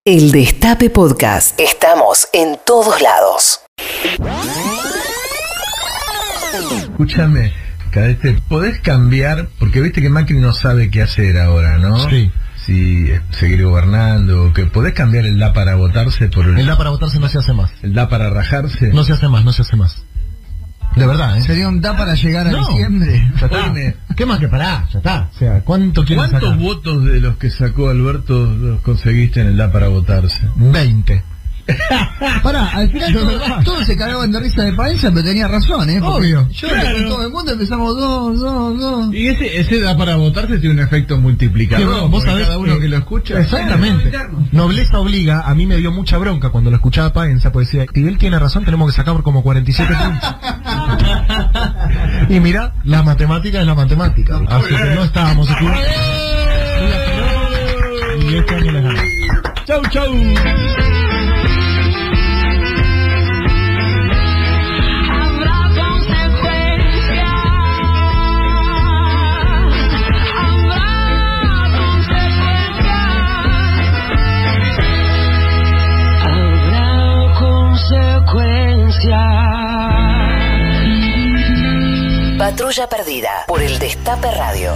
El Destape Podcast. Estamos en todos lados. Escúchame, Cadete, ¿podés cambiar? Porque viste que Macri no sabe qué hacer ahora, ¿no? Sí. Si seguir gobernando, que podés cambiar el da para votarse por El da para votarse no se hace más. el da para rajarse. No se hace más, no se hace más. De verdad, ¿eh? Sería un da para llegar a No. diciembre. Ya está. ¿Qué más que pará? Ya está. O sea, ¿cuántos ¿Cuántos votos de los que sacó Alberto los conseguiste en el da para votarse? 20. Pará, al final todos se cagaban de risa de Paenza, pero tenía razón, ¿eh? Porque Obvio. yo Claro. con todo el mundo empezamos dos. Y ese da para votarse tiene un efecto multiplicador. Sí, vos porque sabés cada uno que lo escucha. Exactamente. Nobleza obliga. A mí me dio mucha bronca cuando lo escuchaba Paenza, porque decía, y él tiene razón, tenemos que sacar como 47 puntos. Y mira, la matemática es la matemática. Así que no estábamos equivocados. Y este año les ganamos. Chau, chau. Patrulla Perdida por el Destape Radio.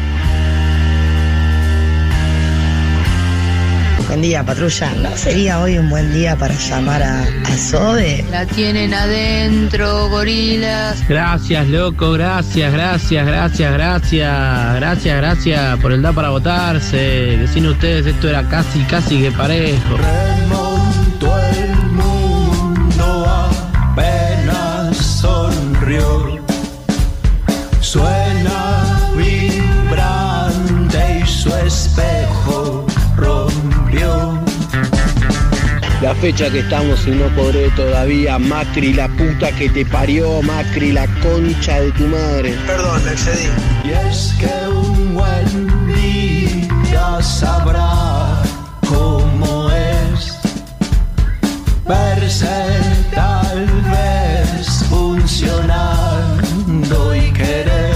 Buen día, patrulla. ¿No sería hoy un buen día para llamar a Sode? La tienen adentro, gorilas. Gracias, loco, gracias por el da para votarse. Decían ustedes, esto era casi que parejo. Remontó el mundo, apenas sonrió. Suena vibrante y su espejo rompió. La fecha que estamos y no podré todavía. Macri, la puta que te parió. Macri, la concha de tu madre. Perdón, me excedí. Y es que un buen día sabrá cómo es verse tal vez funcionando y querer.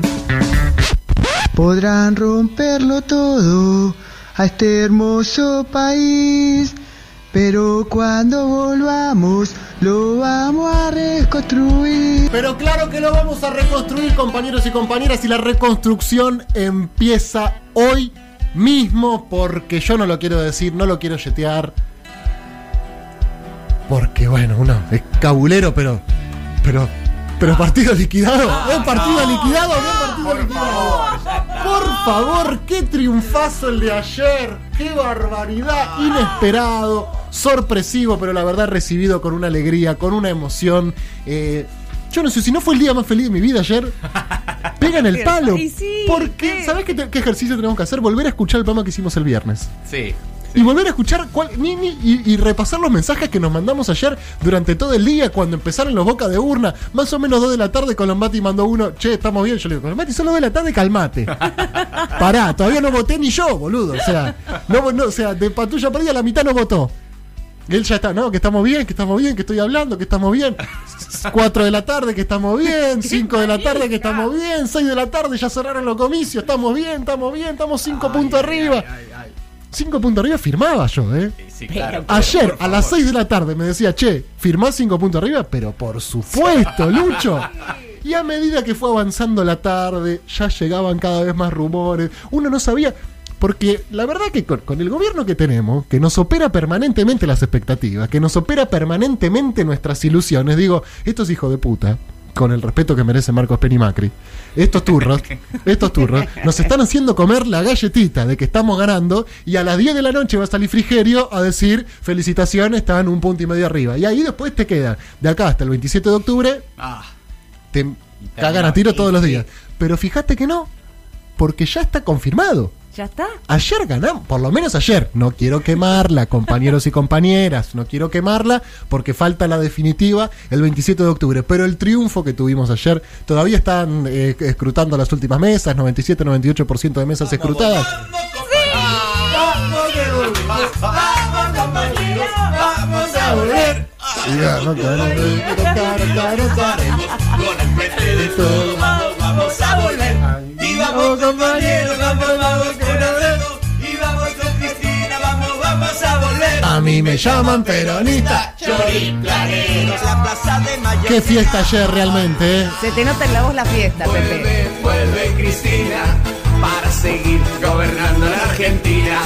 Podrán romperlo todo a este hermoso país, pero cuando volvamos lo vamos a reconstruir. Pero claro que lo vamos a reconstruir, compañeros y compañeras, y la reconstrucción empieza hoy mismo, porque yo no lo quiero decir, no lo quiero yetear, porque bueno, uno es cabulero, pero partido liquidado, ¿es partido liquidado? ¿No es partido liquidado? Por favor, qué triunfazo el de ayer, qué barbaridad, inesperado, sorpresivo, pero la verdad recibido con una alegría, con una emoción. Yo no sé, si no fue el día más feliz de mi vida ayer, pegan el palo. Porque, ¿sabés qué ejercicio tenemos que hacer? Volver a escuchar el programa que hicimos el viernes. Sí. Y volver a escuchar y repasar los mensajes que nos mandamos ayer durante todo el día, cuando empezaron los boca de urna, más o menos 2 de la tarde. Colombati mandó uno, che, estamos bien. Yo le digo, Colombati, son las 2 de la tarde, calmate. Pará, todavía no voté ni yo, boludo. O sea, o sea, de Patrulla Perdida la mitad no votó. Él ya está, ¿no? Que estamos bien, que estoy hablando, que estamos bien. 4 de la tarde, que estamos bien. 5 de la tarde, que estamos bien. 6 de la tarde, ya cerraron los comicios. Estamos bien, estamos 5 puntos arriba. 5 puntos arriba firmaba yo, ¿eh? Sí, claro. Ayer a las 6 de la tarde me decía, che, ¿firmás 5 puntos arriba? Pero por supuesto, Lucho. Y a medida que fue avanzando la tarde, ya llegaban cada vez más rumores. Uno no sabía, porque la verdad que con el gobierno que tenemos, que nos opera permanentemente las expectativas, que nos opera permanentemente nuestras ilusiones, digo, estos hijos de puta, con el respeto que merece Marcos Peña y Macri, estos turros, nos están haciendo comer la galletita de que estamos ganando, y a las 10 de la noche va a salir Frigerio a decir, felicitaciones, están 1,5 puntos arriba. Y ahí después te queda, de acá hasta el 27 de octubre, te cagan a tiro todos los días. Pero fíjate que no, porque ya está confirmado. ¿Ya está? Ayer ganamos, por lo menos ayer. No quiero quemarla, compañeros y compañeras, no quiero quemarla porque falta la definitiva el 27 de octubre. Pero el triunfo que tuvimos ayer, todavía están escrutando las últimas mesas, 97-98% de mesas escrutadas. Vamos a volver. Con el frente de todo, vamos a volver. Y vamos compañeros, vamos con Alberto. Y vamos con Cristina, vamos a volver. mí me llaman peronista. Choriplanero. La plaza de Mayo. Qué fiesta ayer realmente, ¿eh? Se te nota en la voz la fiesta, Pepe. Vuelve Cristina para seguir gobernando la Argentina.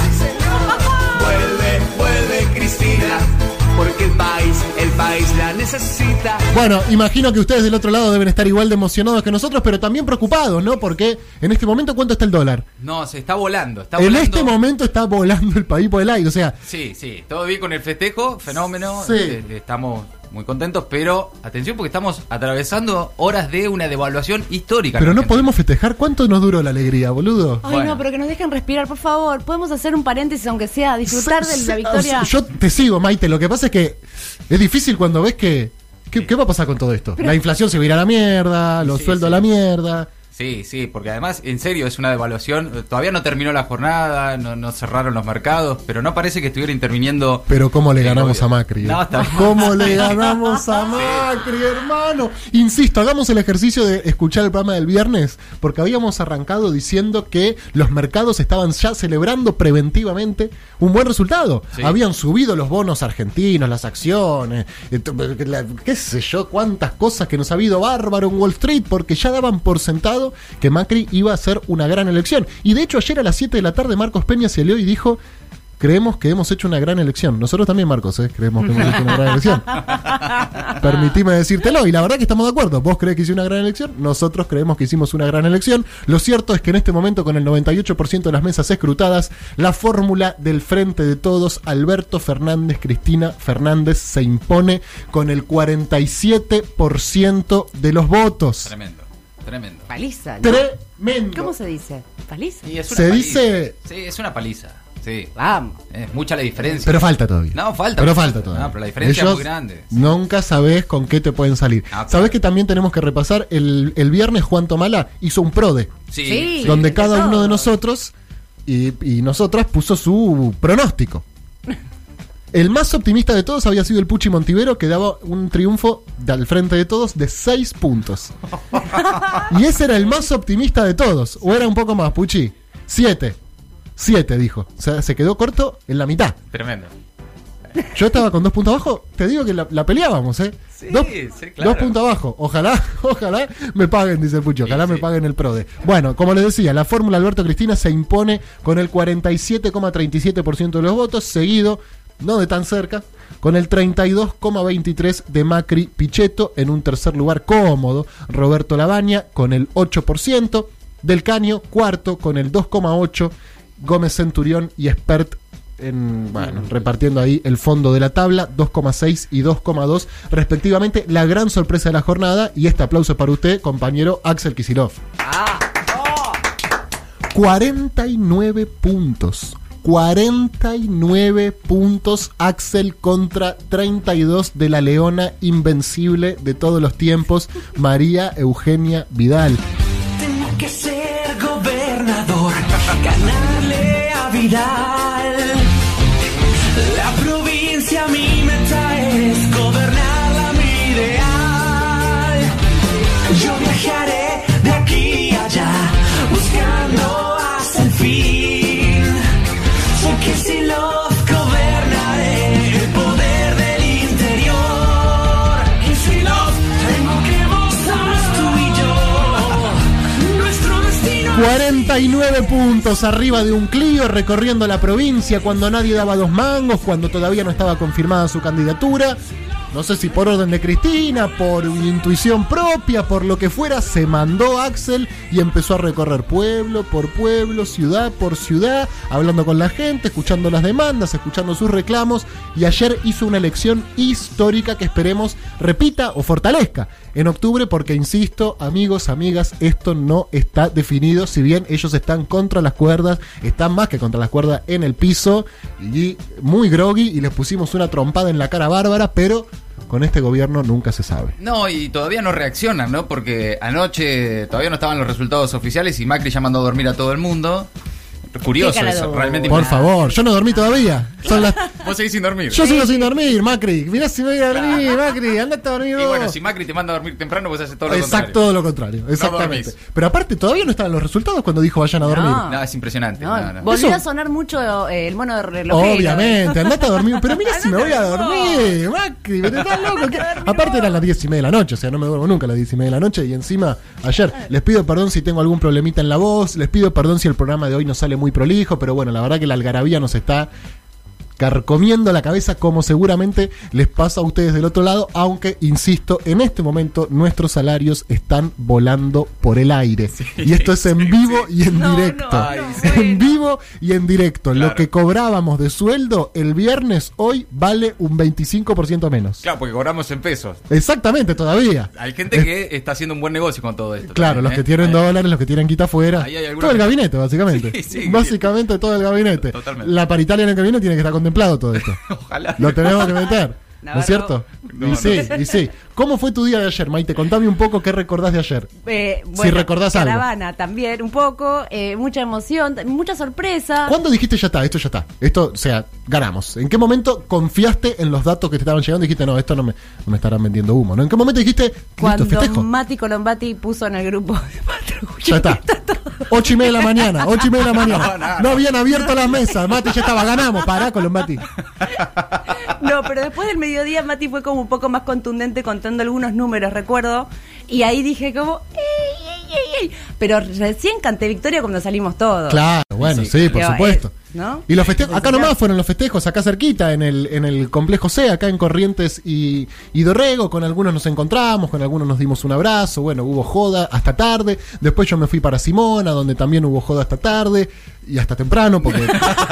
Vuelve Cristina, porque el país la necesita. Bueno, imagino que ustedes del otro lado deben estar igual de emocionados que nosotros, pero también preocupados, ¿no? Porque en este momento, ¿cuánto está el dólar? No, se está volando. En este momento está volando el país por el aire, o sea... Sí, todo bien con el festejo, fenómeno, Sí. Estamos muy contentos, pero atención porque estamos atravesando horas de una devaluación histórica. Pero no Argentina. podemos festejar. ¿Cuánto nos duró la alegría, boludo? Ay, no, pero que nos dejen respirar, por favor. Podemos hacer un paréntesis, aunque sea, disfrutar de la victoria. Yo te sigo, Maite. Lo que pasa es que es difícil cuando ves que... ¿Qué va a pasar con todo esto? La inflación se va a ir a la mierda, los sueldos a la mierda. Sí, porque además, en serio, es una devaluación. Todavía no terminó la jornada, no cerraron los mercados, pero no parece que estuviera interviniendo. Pero ¿cómo le ganamos a Macri? No, está bien. ¿Cómo le ganamos a Macri, hermano? Insisto, hagamos el ejercicio de escuchar el programa del viernes, porque habíamos arrancado diciendo que los mercados estaban ya celebrando preventivamente un buen resultado. Sí. Habían subido los bonos argentinos, las acciones, qué sé yo, cuántas cosas que nos ha habido bárbaro en Wall Street, porque ya daban por sentado que Macri iba a hacer una gran elección. Y de hecho ayer a las 7 de la tarde Marcos Peña se leó y dijo: creemos que hemos hecho una gran elección. Nosotros también, Marcos, creemos que hemos hecho una gran elección. Permitime decírtelo, y la verdad que estamos de acuerdo. Vos creés que hice una gran elección, nosotros creemos que hicimos una gran elección. Lo cierto es que en este momento, con el 98% de las mesas escrutadas, la fórmula del Frente de Todos, Alberto Fernández, Cristina Fernández, se impone con el 47% de los votos. Tremendo. Paliza, ¿no? Tremendo. ¿Cómo se dice? ¿Paliza? Y es una Se paliza. dice... Sí, es una paliza. Sí. Vamos. Es mucha la diferencia. Pero falta todavía. No, falta. Pero falta todavía. No, pero la diferencia Ellos es muy grande. Nunca sabés con qué te pueden salir. Ah, claro. Sabés que también tenemos que repasar. El viernes Juan Tomala hizo un PRODE. Sí. Donde cada uno de nosotros y nosotras puso su pronóstico. El más optimista de todos había sido el Puchi Montivero, que daba un triunfo al Frente de Todos de 6 puntos. Y ese era el más optimista de todos. ¿O era un poco más, Puchi? 7 dijo. O sea, se quedó corto en la mitad. Tremendo. Yo estaba con 2 puntos abajo. Te digo que la peleábamos, ¿eh? Sí, Dos claro. puntos abajo. Ojalá me paguen, dice el Pucho. Ojalá me paguen el PRODE. Bueno, como les decía, la fórmula Alberto Cristina se impone con el 47,37% de los votos, seguido, no de tan cerca, con el 32,23% de Macri Pichetto. En un tercer lugar cómodo, Roberto Lavagna con el 8%, Del Caño cuarto con el 2,8%, Gómez Centurión y Espert repartiendo ahí el fondo de la tabla, 2,6 y 2,2 respectivamente. La gran sorpresa de la jornada, y este aplauso para usted, compañero Axel Kicillof. 49 puntos. 49 puntos Axel contra 32 de la leona invencible de todos los tiempos, María Eugenia Vidal. Tengo que ser gobernador, ganarle a Vidal. La provincia mi meta es gobernarla, mi ideal. Yo viajaré de aquí a allá, buscando hasta el fin. Porque si los gobernaré, el poder del interior. Y si los tengo que votar tú y yo, nuestro destino. 49 puntos arriba de un Clio, recorriendo la provincia cuando nadie daba 2 mangos, cuando todavía no estaba confirmada su candidatura. No sé si por orden de Cristina, por intuición propia, por lo que fuera, se mandó Axel y empezó a recorrer pueblo por pueblo, ciudad por ciudad, hablando con la gente, escuchando las demandas, escuchando sus reclamos, y ayer hizo una elección histórica que esperemos repita o fortalezca en octubre, porque insisto, amigos, amigas, esto no está definido. Si bien ellos están contra las cuerdas, están más que contra las cuerdas, en el piso y muy groggy, y les pusimos una trompada en la cara bárbara, pero con este gobierno nunca se sabe. No, y todavía no reaccionan, ¿no? Porque anoche todavía no estaban los resultados oficiales y Macri ya mandó a dormir a todo el mundo. Curioso eso, realmente. Por favor, yo no dormí todavía. Son las Vos seguís sin dormir. Yo sigo sin dormir, Macri. Mirá si me voy a dormir, Macri. Andate a dormir Y vos. bueno, si Macri te manda a dormir temprano, vos haces todo lo contrario. Exacto, todo lo contrario. Exactamente. dormís. Pero aparte, todavía no estaban los resultados cuando dijo vayan a dormir. No, es impresionante. No, No. volvió Eso- a sonar mucho el mono de relojero. Obviamente, andate a dormir. Pero mira si me voy a dormir, Macri. Pero estás loco. Aparte eran las 10:30 de la noche. O sea, no me duermo nunca a las 10:30 de la noche. Y encima, ayer, les pido perdón si tengo algún problemita en la voz. Les pido perdón si el programa de hoy no sale muy prolijo. Pero bueno, la verdad que la algarabía nos está carcomiendo la cabeza, como seguramente les pasa a ustedes del otro lado, aunque, insisto, en este momento nuestros salarios están volando por el aire. Y esto es en vivo y en directo. En vivo y en directo. Claro. Lo que cobrábamos de sueldo el viernes, hoy vale un 25% menos. Claro, porque cobramos en pesos. Exactamente, todavía. Hay gente que está haciendo un buen negocio con todo esto. Claro, también, los que ¿eh? tienen Ahí- dólares, los que tienen quita afuera. Ahí hay algunos Todo el que- gabinete, básicamente. Sí, sí. Básicamente todo el gabinete. Totalmente. La paritaria en el que viene tiene que estar contemplado todo esto. Ojalá. Lo tenemos que meter. ¿No es cierto? No, y no. sí, y sí. ¿Cómo fue tu día de ayer, Maite? Contame un poco qué recordás de ayer. Bueno, Si recordás algo. Caravana también, un poco, mucha emoción, mucha sorpresa. ¿Cuándo dijiste ya está, esto ya está? Esto, o sea, ganamos. ¿En qué momento confiaste en los datos que te estaban llegando y dijiste, no, esto no me estarán vendiendo humo? ¿No? ¿En qué momento dijiste, listo, Cuando festejo? Mati Colombati puso en el grupo de patrulla. Ya está. 8:30 de la mañana, 8:30 de la mañana. No habían abierto las mesas. Mati ya estaba, ganamos. Pará, Colombati. No, pero después del mediodía Mati fue como un poco más contundente contando algunos números, recuerdo. Y ahí dije como, ¡ey! Pero recién canté victoria cuando salimos todos. Claro, bueno, sí, por Pero, supuesto. ¿no? Y los festejos, acá nomás fueron los festejos, acá cerquita, en el complejo C, acá en Corrientes y Dorrego. Con algunos nos encontramos, con algunos nos dimos un abrazo. Bueno, hubo joda hasta tarde. Después yo me fui para Simona, donde también hubo joda hasta tarde y hasta temprano, porque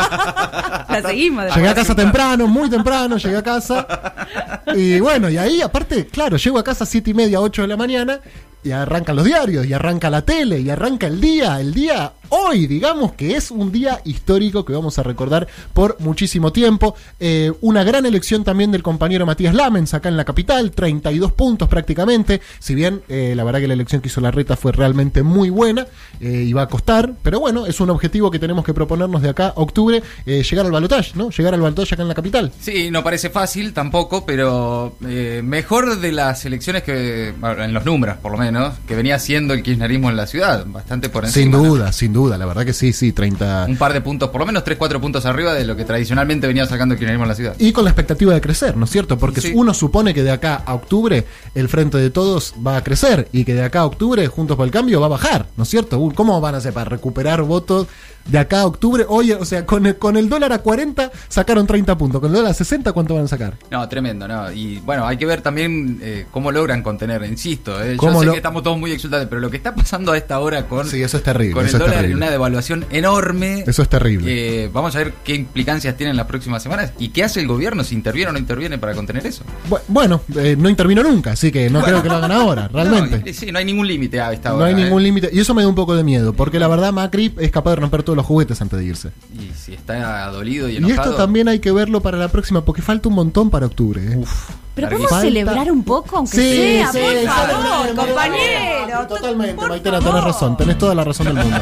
La seguimos. llegué a casa temprano, muy temprano, llegué a casa. Y bueno, y ahí aparte, claro, llego a casa 7:30, 8 de la mañana. Y arrancan los diarios, y arranca la tele, y arranca el día hoy, digamos que es un día histórico que vamos a recordar por muchísimo tiempo. Una gran elección también del compañero Matías Lamens acá en la capital, 32 puntos prácticamente, si bien la verdad que la elección que hizo Larreta fue realmente muy buena, y va a costar, pero bueno, es un objetivo que tenemos que proponernos de acá a octubre, llegar al balotaje, ¿no? Llegar al balotaje acá en la capital. Sí, no parece fácil tampoco, pero mejor de las elecciones que, bueno, en los números por lo menos, que venía haciendo el kirchnerismo en la ciudad, bastante por encima. Sin duda, la verdad que sí, 30... Un par de puntos, por lo menos 3-4 puntos arriba de lo que tradicionalmente venía sacando el kirchnerismo en la ciudad. Y con la expectativa de crecer, ¿no es cierto? Porque Sí. uno supone que de acá a octubre el Frente de Todos va a crecer y que de acá a octubre Juntos por el Cambio va a bajar, ¿no es cierto? ¿Cómo van a hacer para recuperar votos de acá a octubre? Oye, o sea, con el dólar a 40 sacaron 30 puntos, con el dólar a 60 ¿cuánto van a sacar? No, tremendo, ¿no? Y bueno, hay que ver también cómo logran contener, insisto. Yo ¿Cómo sé lo- que estamos todos muy exultantes, pero lo que está pasando a esta hora con, Sí, eso es terrible, con el eso es dólar y terrible. una devaluación enorme. Eso es terrible. Vamos a ver qué implicancias tienen las próximas semanas y qué hace el gobierno, si interviene o no interviene para contener eso. Bueno, no intervino nunca, así que no creo que lo hagan ahora, realmente. No, sí, no hay ningún límite a esta hora. No hay ningún límite. Y eso me da un poco de miedo, porque la verdad Macri es capaz de romper todos los juguetes antes de irse. Y si está dolido y Y enojado. esto también hay que verlo para la próxima, porque falta un montón para octubre. Pero podemos Falta- celebrar un poco, aunque Sí, sea, sí, por favor, totalmente, compañero. Totalmente, Maitena, tenés razón, tenés toda la razón del mundo.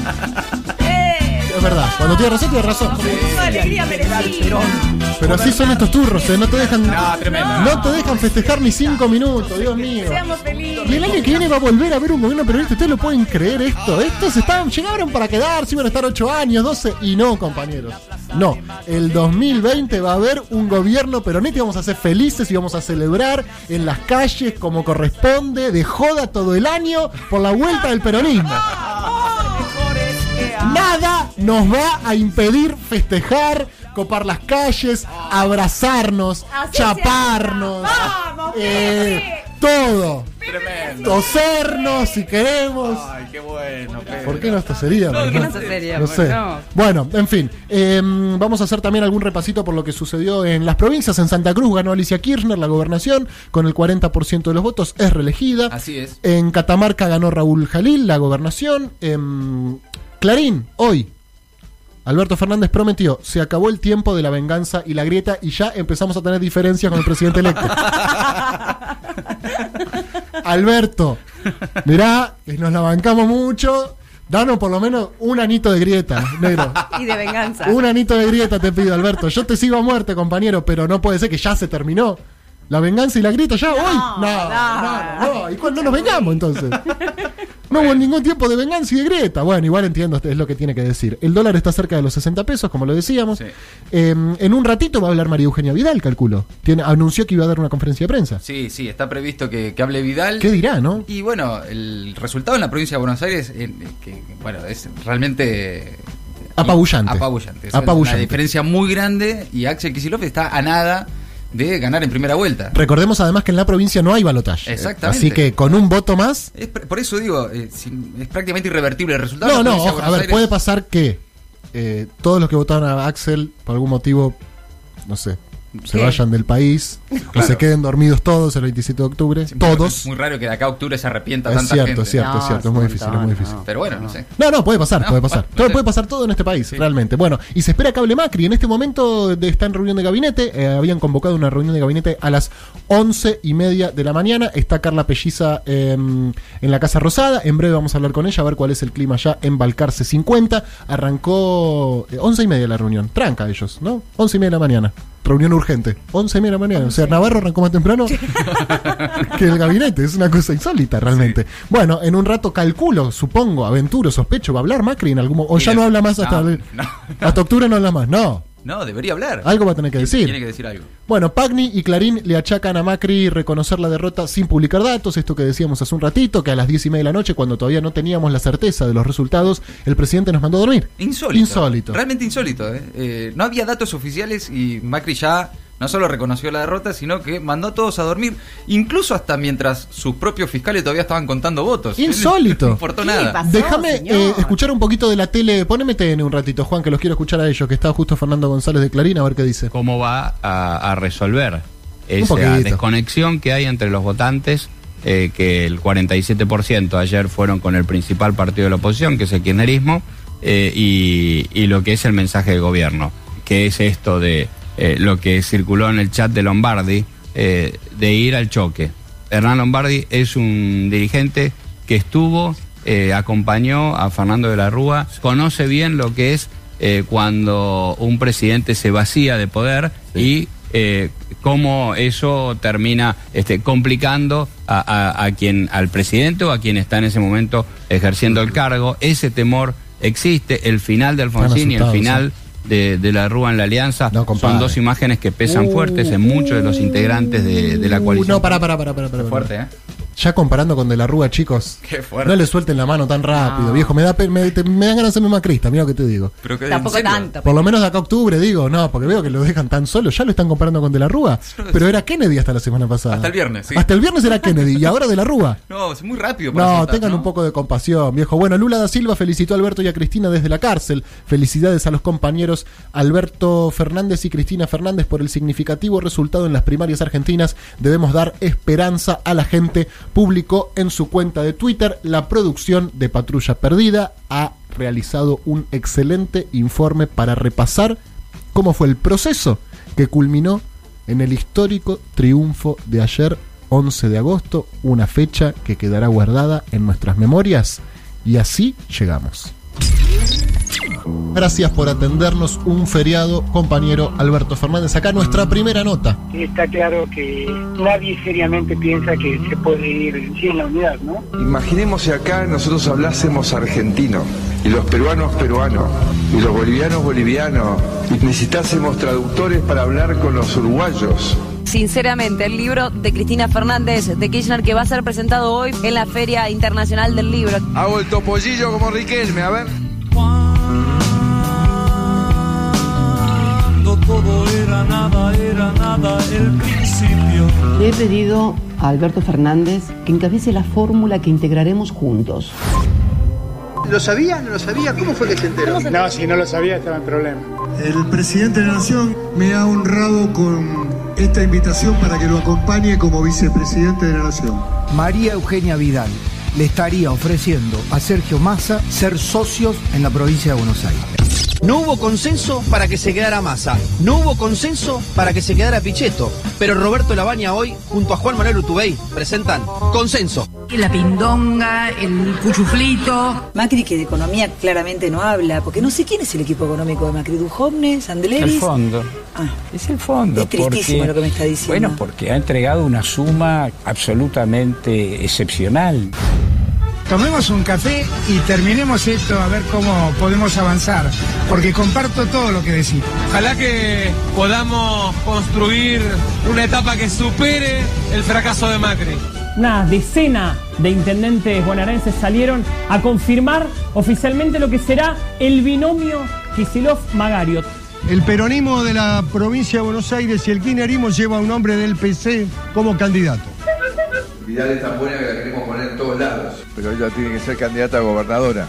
Es verdad, cuando tienes razón, tienes razón. Una alegría merecida. Pero así son estos turros, no te dejan. No, tremendo. No te dejan festejar ni 5 minutos, Dios mío. Seamos felices. Y el año que viene va a volver a haber un gobierno peronista. ¿Ustedes lo pueden creer esto? Estos llegaron para quedarse, iban a estar 8 años, 12. Y no, compañeros. No. El 2020 va a haber un gobierno peronista y vamos a ser felices y vamos a celebrar en las calles como corresponde, de joda todo el año, por la vuelta del peronismo. Nada nos va a impedir festejar, copar las calles, abrazarnos, Así chaparnos, ¡Vamos, todo. Tremendo. Tosernos si queremos. Ay, qué bueno, Pedro. ¿Por qué no toseríamos? ¿Por qué no toseríamos? No sé. No. Bueno, en fin. Vamos a hacer también algún repasito por lo que sucedió en las provincias. En Santa Cruz ganó Alicia Kirchner la gobernación con el 40% de los votos. Es reelegida. Así es. En Catamarca ganó Raúl Jalil la gobernación. En Clarín, hoy, Alberto Fernández prometió, se acabó el tiempo de la venganza y la grieta y ya empezamos a tener diferencias con el presidente electo. Alberto, mirá, nos la bancamos mucho, Danos por lo menos un anito de grieta, negro. Y de venganza. Un anito de grieta te pido, Alberto. Yo te sigo a muerte, compañero, pero no puede ser que ya se terminó. La venganza y la grieta ya hoy. No. ¿Y cuándo nos vengamos entonces? No hubo ningún tiempo de venganza y de grieta. Bueno, igual entiendo, es lo que tiene que decir. El dólar está cerca de los 60 pesos, como lo decíamos. Sí. En un ratito va a hablar María Eugenia Vidal, calculo. Anunció que iba a dar una conferencia de prensa. Sí, está previsto que hable Vidal. ¿Qué dirá, no? Y bueno, el resultado en la provincia de Buenos Aires, es realmente... Apabullante. Una diferencia muy grande y Axel Kicillof está a nada de ganar en primera vuelta. Recordemos además que en la provincia no hay balotaje. Exactamente. Así que con un voto más... Por eso digo, es prácticamente irrevertible el resultado. Puede pasar que todos los que votaron a Axel, por algún motivo, no sé, se vayan del país, o se queden dormidos todos el 27 de octubre, todos. Es muy raro que de acá a octubre se arrepienta tanta gente. Es cierto, es muy difícil. Pero bueno, no sé. No, puede pasar. Puede pasar todo en este país, realmente. Bueno, y se espera que hable Macri. En este momento está en reunión de gabinete. Habían convocado una reunión de gabinete a las 11:30 de la mañana. Está Carla Pelliza en la Casa Rosada. En breve vamos a hablar con ella, a ver cuál es el clima ya en Balcarce 50. Arrancó 11:30 la reunión. Tranca ellos, ¿no? 11:30 de la mañana. Reunión urgente. 11:30 de la mañana. O sea, Navarro arrancó más temprano que el gabinete. Es una cosa insólita, realmente. Sí. Bueno, en un rato calculo, supongo, aventuro, sospecho, va a hablar Macri en algún momento. O ya no habla más hasta octubre, no habla más. No, debería hablar. Algo va a tener que decir. Tiene que decir algo. Bueno, Pagni y Clarín le achacan a Macri reconocer la derrota sin publicar datos. Esto que decíamos hace un ratito, que a las 10:30 de la noche, cuando todavía no teníamos la certeza de los resultados, el presidente nos mandó a dormir. Insólito. Realmente insólito. No había datos oficiales y Macri ya no solo reconoció la derrota, sino que mandó a todos a dormir, incluso hasta mientras sus propios fiscales todavía estaban contando votos. Insólito. No importó nada. Pasó, déjame escuchar un poquito de la tele. Poneme TN un ratito, Juan, que los quiero escuchar a ellos, que está justo Fernando González de Clarín, a ver qué dice. ¿Cómo va a resolver esa desconexión que hay entre los votantes? Que el 47% ayer fueron con el principal partido de la oposición, que es el kirchnerismo, y lo que es el mensaje de gobierno, que es esto de lo que circuló en el chat de Lombardi, de ir al choque. Hernán Lombardi es un dirigente que acompañó a Fernando de la Rúa, conoce bien lo que es cuando un presidente se vacía de poder y cómo eso termina complicando al presidente o a quien está en ese momento ejerciendo el cargo. Ese temor existe. El final de Alfonsín y el final de la Rúa en la Alianza son dos imágenes que pesan fuertes en muchos de los integrantes de la coalición. No, para. Fuerte, Ya comparando con De la Rúa, chicos, qué fuerte. No le suelten la mano tan rápido, viejo. Me dan ganas de hacerme macrista, mira lo que te digo. Pero que tampoco tanto. Por lo menos de acá a octubre, digo, no, porque veo que lo dejan tan solo. Ya lo están comparando con De la Rúa. Pero era Kennedy hasta la semana pasada. Hasta el viernes, sí. Hasta el viernes era Kennedy y ahora De la Rúa. No, es muy rápido. Tengan un poco de compasión, viejo. Bueno, Lula da Silva felicitó a Alberto y a Cristina desde la cárcel. Felicidades a los compañeros Alberto Fernández y Cristina Fernández por el significativo resultado en las primarias argentinas. Debemos dar esperanza a la gente. Publicó en su cuenta de Twitter. La producción de Patrulla Perdida ha realizado un excelente informe para repasar cómo fue el proceso que culminó en el histórico triunfo de ayer, 11 de agosto, una fecha que quedará guardada en nuestras memorias. Y así llegamos. Gracias por atendernos un feriado, compañero Alberto Fernández. Acá nuestra primera nota. Está claro que nadie seriamente piensa que se puede ir sin la unidad, ¿no? Imaginemos si acá nosotros hablásemos argentino, y los peruanos peruanos, y los bolivianos bolivianos, y necesitásemos traductores para hablar con los uruguayos. Sinceramente, el libro de Cristina Fernández de Kirchner, que va a ser presentado hoy en la Feria Internacional del Libro. Hago el topollillo como Riquelme, a ver. Todo era nada el principio. Le he pedido a Alberto Fernández que encabece la fórmula que integraremos juntos. ¿Lo sabía? ¿No lo sabía? ¿Cómo fue que se enteró? No, si no lo sabía estaba en problema. El presidente de la Nación me ha honrado con esta invitación para que lo acompañe como vicepresidente de la Nación. María Eugenia Vidal le estaría ofreciendo a Sergio Massa ser socios en la provincia de Buenos Aires. No hubo consenso para que se quedara Massa. No hubo consenso para que se quedara Pichetto. Pero Roberto Lavagna hoy, junto a Juan Manuel Urtubey, presentan consenso. La pindonga, el cuchuflito. Macri, que de economía claramente no habla, porque no sé quién es el equipo económico de Macri. Duhovne, Sandleris. El fondo. Es el fondo. Es tristísimo lo que me está diciendo. Bueno, porque ha entregado una suma absolutamente excepcional. Tomemos un café y terminemos esto a ver cómo podemos avanzar, porque comparto todo lo que decís. Ojalá que podamos construir una etapa que supere el fracaso de Macri. Una decena de intendentes bonaerenses salieron a confirmar oficialmente lo que será el binomio Kicillof-Magario. El peronismo de la provincia de Buenos Aires y el kirchnerismo lleva a un hombre del PC como candidato. Vidal es tan buena que la queremos poner en todos lados, pero ella tiene que ser candidata a gobernadora.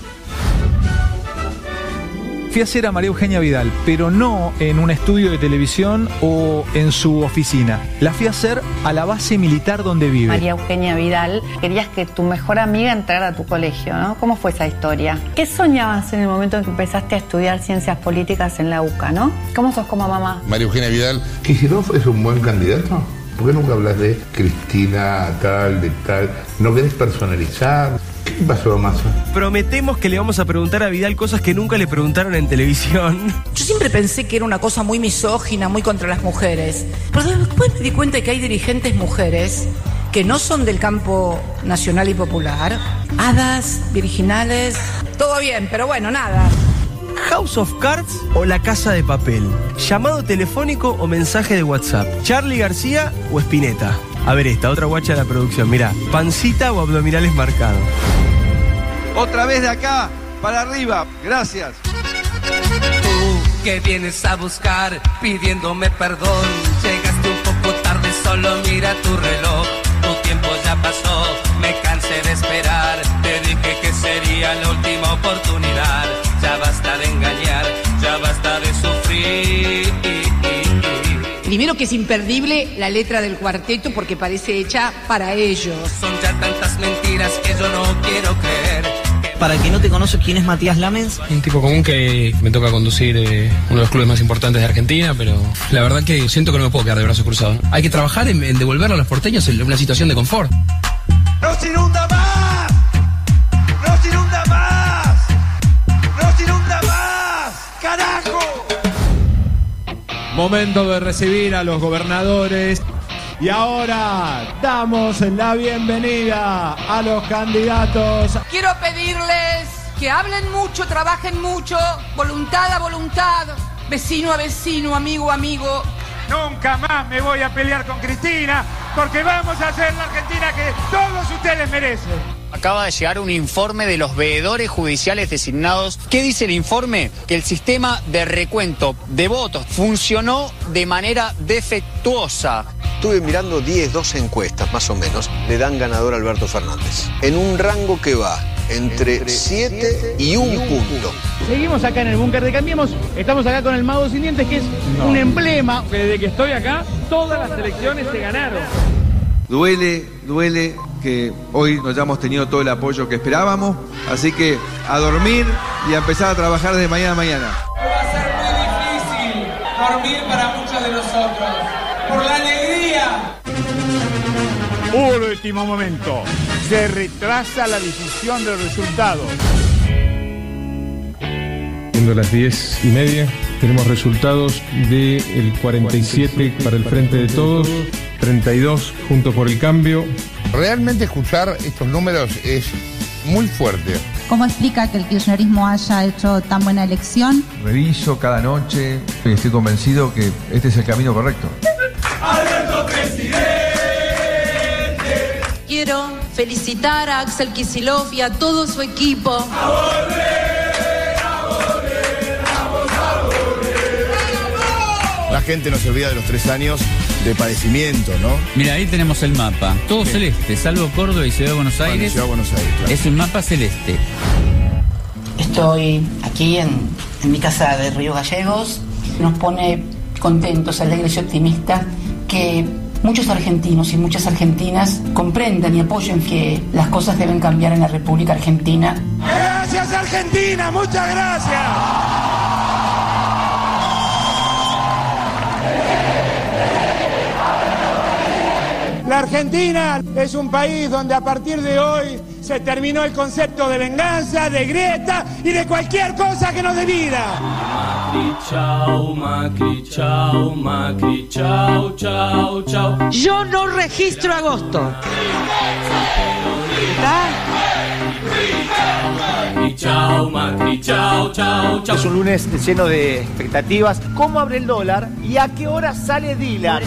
Fui a hacer a María Eugenia Vidal, pero no en un estudio de televisión o en su oficina. La fui a hacer a la base militar donde vive. María Eugenia Vidal, querías que tu mejor amiga entrara a tu colegio, ¿no? ¿Cómo fue esa historia? ¿Qué soñabas en el momento en que empezaste a estudiar ciencias políticas en la UCA, no? ¿Cómo sos como mamá? María Eugenia Vidal, ¿Kicillof es un buen candidato? ¿Por qué nunca hablas de Cristina, tal, de tal? ¿No querés personalizar? ¿Qué pasó, Massa? Prometemos que le vamos a preguntar a Vidal cosas que nunca le preguntaron en televisión. Yo siempre pensé que era una cosa muy misógina, muy contra las mujeres. Pero después me di cuenta de que hay dirigentes mujeres que no son del campo nacional y popular. Hadas, virginales, todo bien, pero bueno, nada. ¿House of Cards o La Casa de Papel? ¿Llamado telefónico o mensaje de WhatsApp? ¿Charly García o Spinetta? A ver esta, otra guacha de la producción. Mirá, pancita o abdominales marcados. Otra vez de acá, para arriba. Gracias. Tú que vienes a buscar pidiéndome perdón. Llegaste un poco tarde, solo mira tu reloj. Tu tiempo ya pasó, me cansé de esperar. Te dije que sería la última oportunidad. Ya basta de engañar, ya basta de sufrir. Primero que es imperdible la letra del cuarteto porque parece hecha para ellos. Son ya tantas mentiras que yo no quiero creer. Para el que no te conoce, ¿quién es Matías Lamens? Un tipo común que me toca conducir uno de los clubes más importantes de Argentina, pero la verdad que siento que no me puedo quedar de brazos cruzados. Hay que trabajar en devolverle a los porteños en una situación de confort. ¡No se inunda más! ¡No se inunda más! ¡No se inunda más! ¡Carajo! Momento de recibir a los gobernadores. Y ahora damos la bienvenida a los candidatos. Quiero pedirles que hablen mucho, trabajen mucho, voluntad a voluntad, vecino a vecino, amigo a amigo. Nunca más me voy a pelear con Cristina, porque vamos a hacer la Argentina que todos ustedes merecen. Acaba de llegar un informe de los veedores judiciales designados. ¿Qué dice el informe? Que el sistema de recuento de votos funcionó de manera defectuosa. Estuve mirando 12 encuestas más o menos, le dan ganador a Alberto Fernández. En un rango que va entre 7 y 1 punto. Seguimos acá en el búnker de Cambiemos. Estamos acá con el Mago Sin Dientes, que es un emblema. Desde que estoy acá, todas las elecciones se ganaron. Duele que hoy no hayamos tenido todo el apoyo que esperábamos. Así que a dormir y a empezar a trabajar desde mañana a mañana. Va a ser muy difícil dormir para muchos de nosotros. Por la alegría. Último momento. Se retrasa la decisión del resultado. Siendo las 10:30, tenemos resultados del 47 para el Frente de Todos, 32 Juntos por el Cambio. Realmente escuchar estos números es muy fuerte. ¿Cómo explica que el kirchnerismo haya hecho tan buena elección? Reviso cada noche y estoy convencido que este es el camino correcto. ¡Alberto presidente! Quiero felicitar a Axel Kicillof y a todo su equipo. ¡A volver! ¡A volver! ¡Vamos a volver! La gente no se olvida de los 3 años de padecimiento, ¿no? Mira, ahí tenemos el mapa. Todo celeste, salvo Córdoba y Ciudad de Buenos Aires. Ciudad de Buenos Aires, claro. Es un mapa celeste. Estoy aquí en mi casa de Río Gallegos. Nos pone contentos, alegres y optimistas que muchos argentinos y muchas argentinas comprendan y apoyen que las cosas deben cambiar en la República Argentina. ¡Gracias, Argentina! ¡Muchas gracias! La Argentina es un país donde a partir de hoy se terminó el concepto de venganza, de grieta y de cualquier cosa que nos divida. Macri, chau, Macri, chau, Macri, chau, chau, chau. Yo no registro agosto. ¿Está? Macri, chau, Macri, chau, chau, chau. Es un lunes lleno de expectativas. ¿Cómo abre el dólar y a qué hora sale Dylan?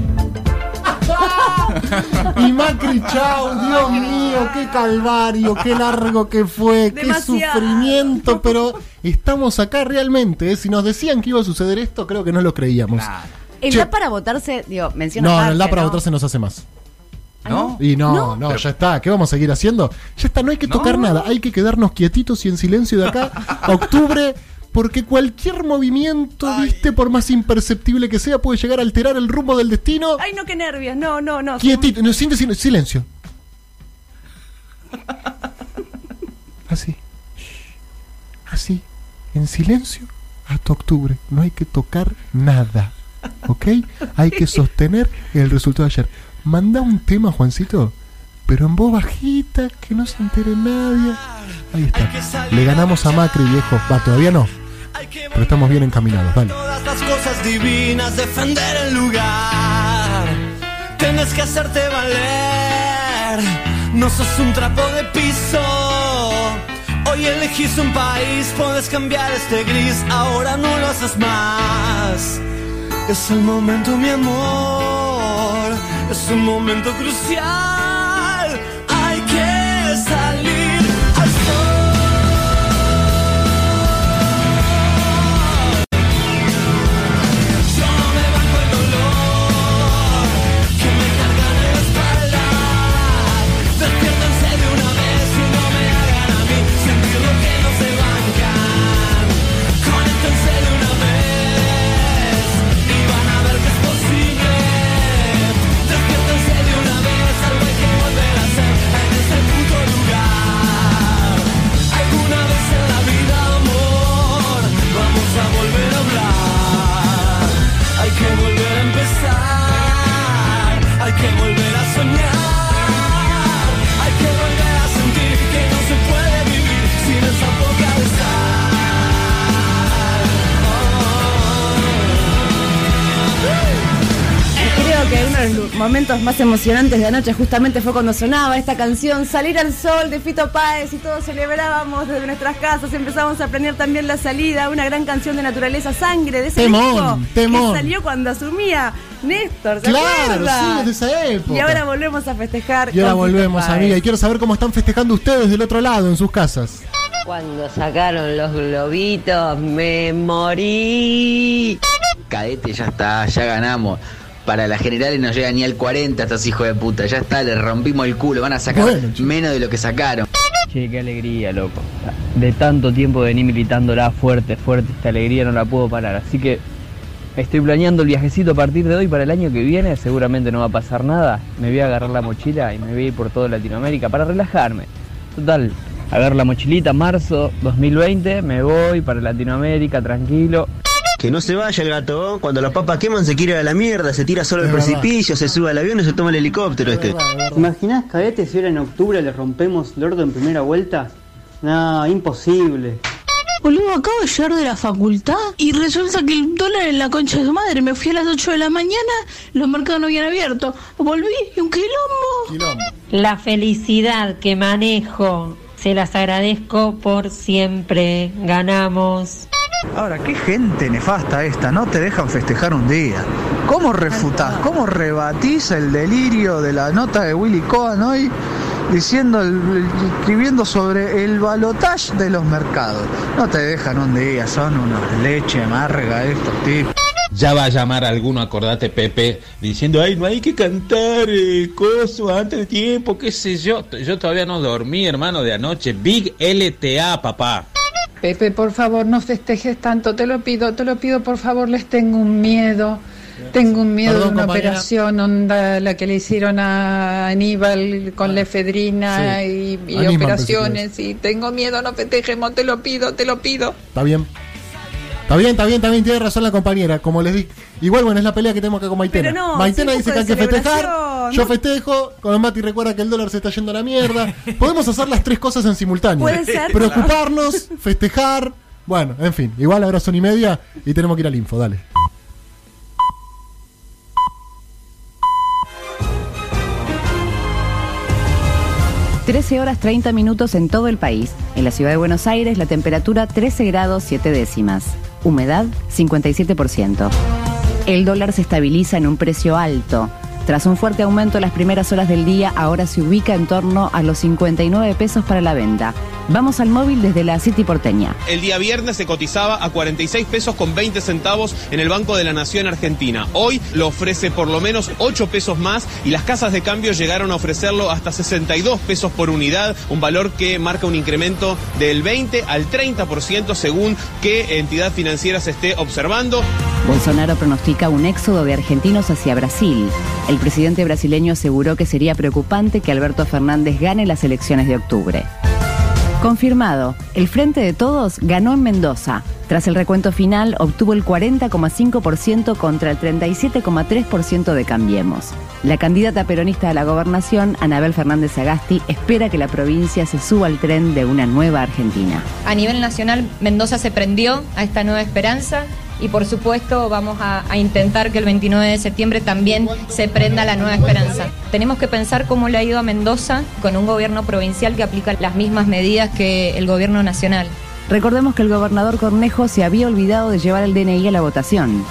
Y Macri, chau, Dios mío, qué calvario, qué largo que fue, Demasiado. Qué sufrimiento, pero estamos acá realmente, ¿eh? Si nos decían que iba a suceder esto, creo que no lo creíamos. El Che. DA para votarse, digo, menciona No, aparte, el DA para ¿no? votarse nos hace más. ¿No? Y no, ya está. ¿Qué vamos a seguir haciendo? Ya está, no hay que tocar nada. Hay que quedarnos quietitos y en silencio de acá a octubre, porque cualquier movimiento, viste, por más imperceptible que sea, puede llegar a alterar el rumbo del destino. Ay, no, qué nervios. No. Quietito, no, silencio. Así. Así, en silencio, hasta octubre. No hay que tocar nada. ¿Ok? Hay que sostener el resultado de ayer. Manda un tema, Juancito, pero en voz bajita, que no se entere nadie. Ahí está. Le ganamos a Macri, viejo. Va, todavía no. Pero estamos bien encaminados, dale. Todas las cosas divinas, defender el lugar. Tienes que hacerte valer. No sos un trapo de piso. Hoy elegís un país, puedes cambiar este gris. Ahora no lo haces más. Es el momento, mi amor. Es un momento crucial. Hay que salir al sol. Yo no me banco el dolor que me cargan en la espalda. Despiértense de una vez y no me hagan a mí sentir lo que no se bancan. Conéctense de una vez y van a ver que es posible. Despiértense de una vez, algo hay que volver a hacer en este puto lugar. Alguna vez en la vida, amor, vamos a volver a hablar. Hay que volver a empezar, hay que volver a soñar, hay que volver a sentir que no se puede vivir sin esa boca de Creo que uno de los momentos más emocionantes de anoche justamente fue cuando sonaba esta canción Salir al Sol de Fito Páez y todos celebrábamos desde nuestras casas, empezamos a planear también la salida, una gran canción de Naturaleza, Sangre, de ese disco que salió cuando asumía Néstor, ¿se acuerda? Sí, desde esa época. Y ahora volvemos a festejar. Y ahora con volvemos, Fito Páez. amiga, y quiero saber cómo están festejando ustedes del otro lado, en sus casas. Cuando sacaron los globitos, me morí. Cadete, ya está, ya ganamos. Para las generales no llega ni al 40 estos hijos de puta. Ya está, le rompimos el culo. Van a sacar menos de lo que sacaron. Che, qué alegría, loco. De tanto tiempo vení militándola fuerte. Esta alegría no la puedo parar. Así que estoy planeando el viajecito a partir de hoy para el año que viene. Seguramente no va a pasar nada. Me voy a agarrar la mochila y me voy a ir por toda Latinoamérica para relajarme. Total, agarro la mochilita, marzo 2020, me voy para Latinoamérica, tranquilo. Que no se vaya el gato, cuando los papas queman se quiere ir a la mierda, se tira solo al precipicio, se sube al avión y se toma el helicóptero este. ¿Imaginás, cadete, si ahora en octubre le rompemos el orto en primera vuelta? No, imposible. Boludo, acabo de llegar de la facultad y resulta que el dólar en la concha de su madre. Me fui a las 8 de la mañana, los mercados no habían abierto. Volví y un quilombo. La felicidad que manejo, se las agradezco por siempre. Ganamos. Ahora, qué gente nefasta esta, no te dejan festejar un día. ¿Cómo refutás, cómo rebatís el delirio de la nota de Willy Cohen hoy escribiendo sobre el balotaje de los mercados? No te dejan un día, son unos leche amarga estos tipos. Ya va a llamar a alguno, acordate, Pepe, diciendo, ay, no hay que cantar coso antes de tiempo, qué sé yo. Yo todavía no dormí, hermano, de anoche. Big LTA, papá. Pepe, por favor, no festejes tanto, te lo pido, por favor, les tengo un miedo. Tengo un miedo de una operación, onda la que le hicieron a Aníbal con la efedrina y operaciones, y tengo miedo, no festejemos, te lo pido. Está bien, tiene razón la compañera, como les dije. Igual, bueno, es la pelea que tenemos acá con Maitena. Pero no, Maitena sí, dice que hay que festejar festejo. Yo festejo, con Mati recuerda que el dólar se está yendo a la mierda. Podemos hacer las tres cosas en simultáneo. Puede ser. Preocuparnos, festejar. Bueno, en fin, igual ahora son 1:30 y tenemos que ir al info, dale. (13:30) en todo el país. En la ciudad de Buenos Aires, la temperatura 13 grados 7 décimas. Humedad 57%. El dólar se estabiliza en un precio alto. Tras un fuerte aumento en las primeras horas del día, ahora se ubica en torno a los 59 pesos para la venta. Vamos al móvil desde la City porteña. El día viernes se cotizaba a 46 pesos con 20 centavos en el Banco de la Nación Argentina. Hoy lo ofrece por lo menos 8 pesos más y las casas de cambio llegaron a ofrecerlo hasta 62 pesos por unidad, un valor que marca un incremento del 20 al 30% según qué entidad financiera se esté observando. Bolsonaro pronostica un éxodo de argentinos hacia Brasil. El presidente brasileño aseguró que sería preocupante que Alberto Fernández gane las elecciones de octubre. Confirmado, el Frente de Todos ganó en Mendoza. Tras el recuento final, obtuvo el 40,5% contra el 37,3% de Cambiemos. La candidata peronista a la gobernación, Anabel Fernández Sagasti, espera que la provincia se suba al tren de una nueva Argentina. A nivel nacional, Mendoza se prendió a esta nueva esperanza. Y por supuesto vamos a intentar que el 29 de septiembre también se prenda la nueva esperanza. Tenemos que pensar cómo le ha ido a Mendoza con un gobierno provincial que aplica las mismas medidas que el gobierno nacional. Recordemos que el gobernador Cornejo se había olvidado de llevar el DNI a la votación.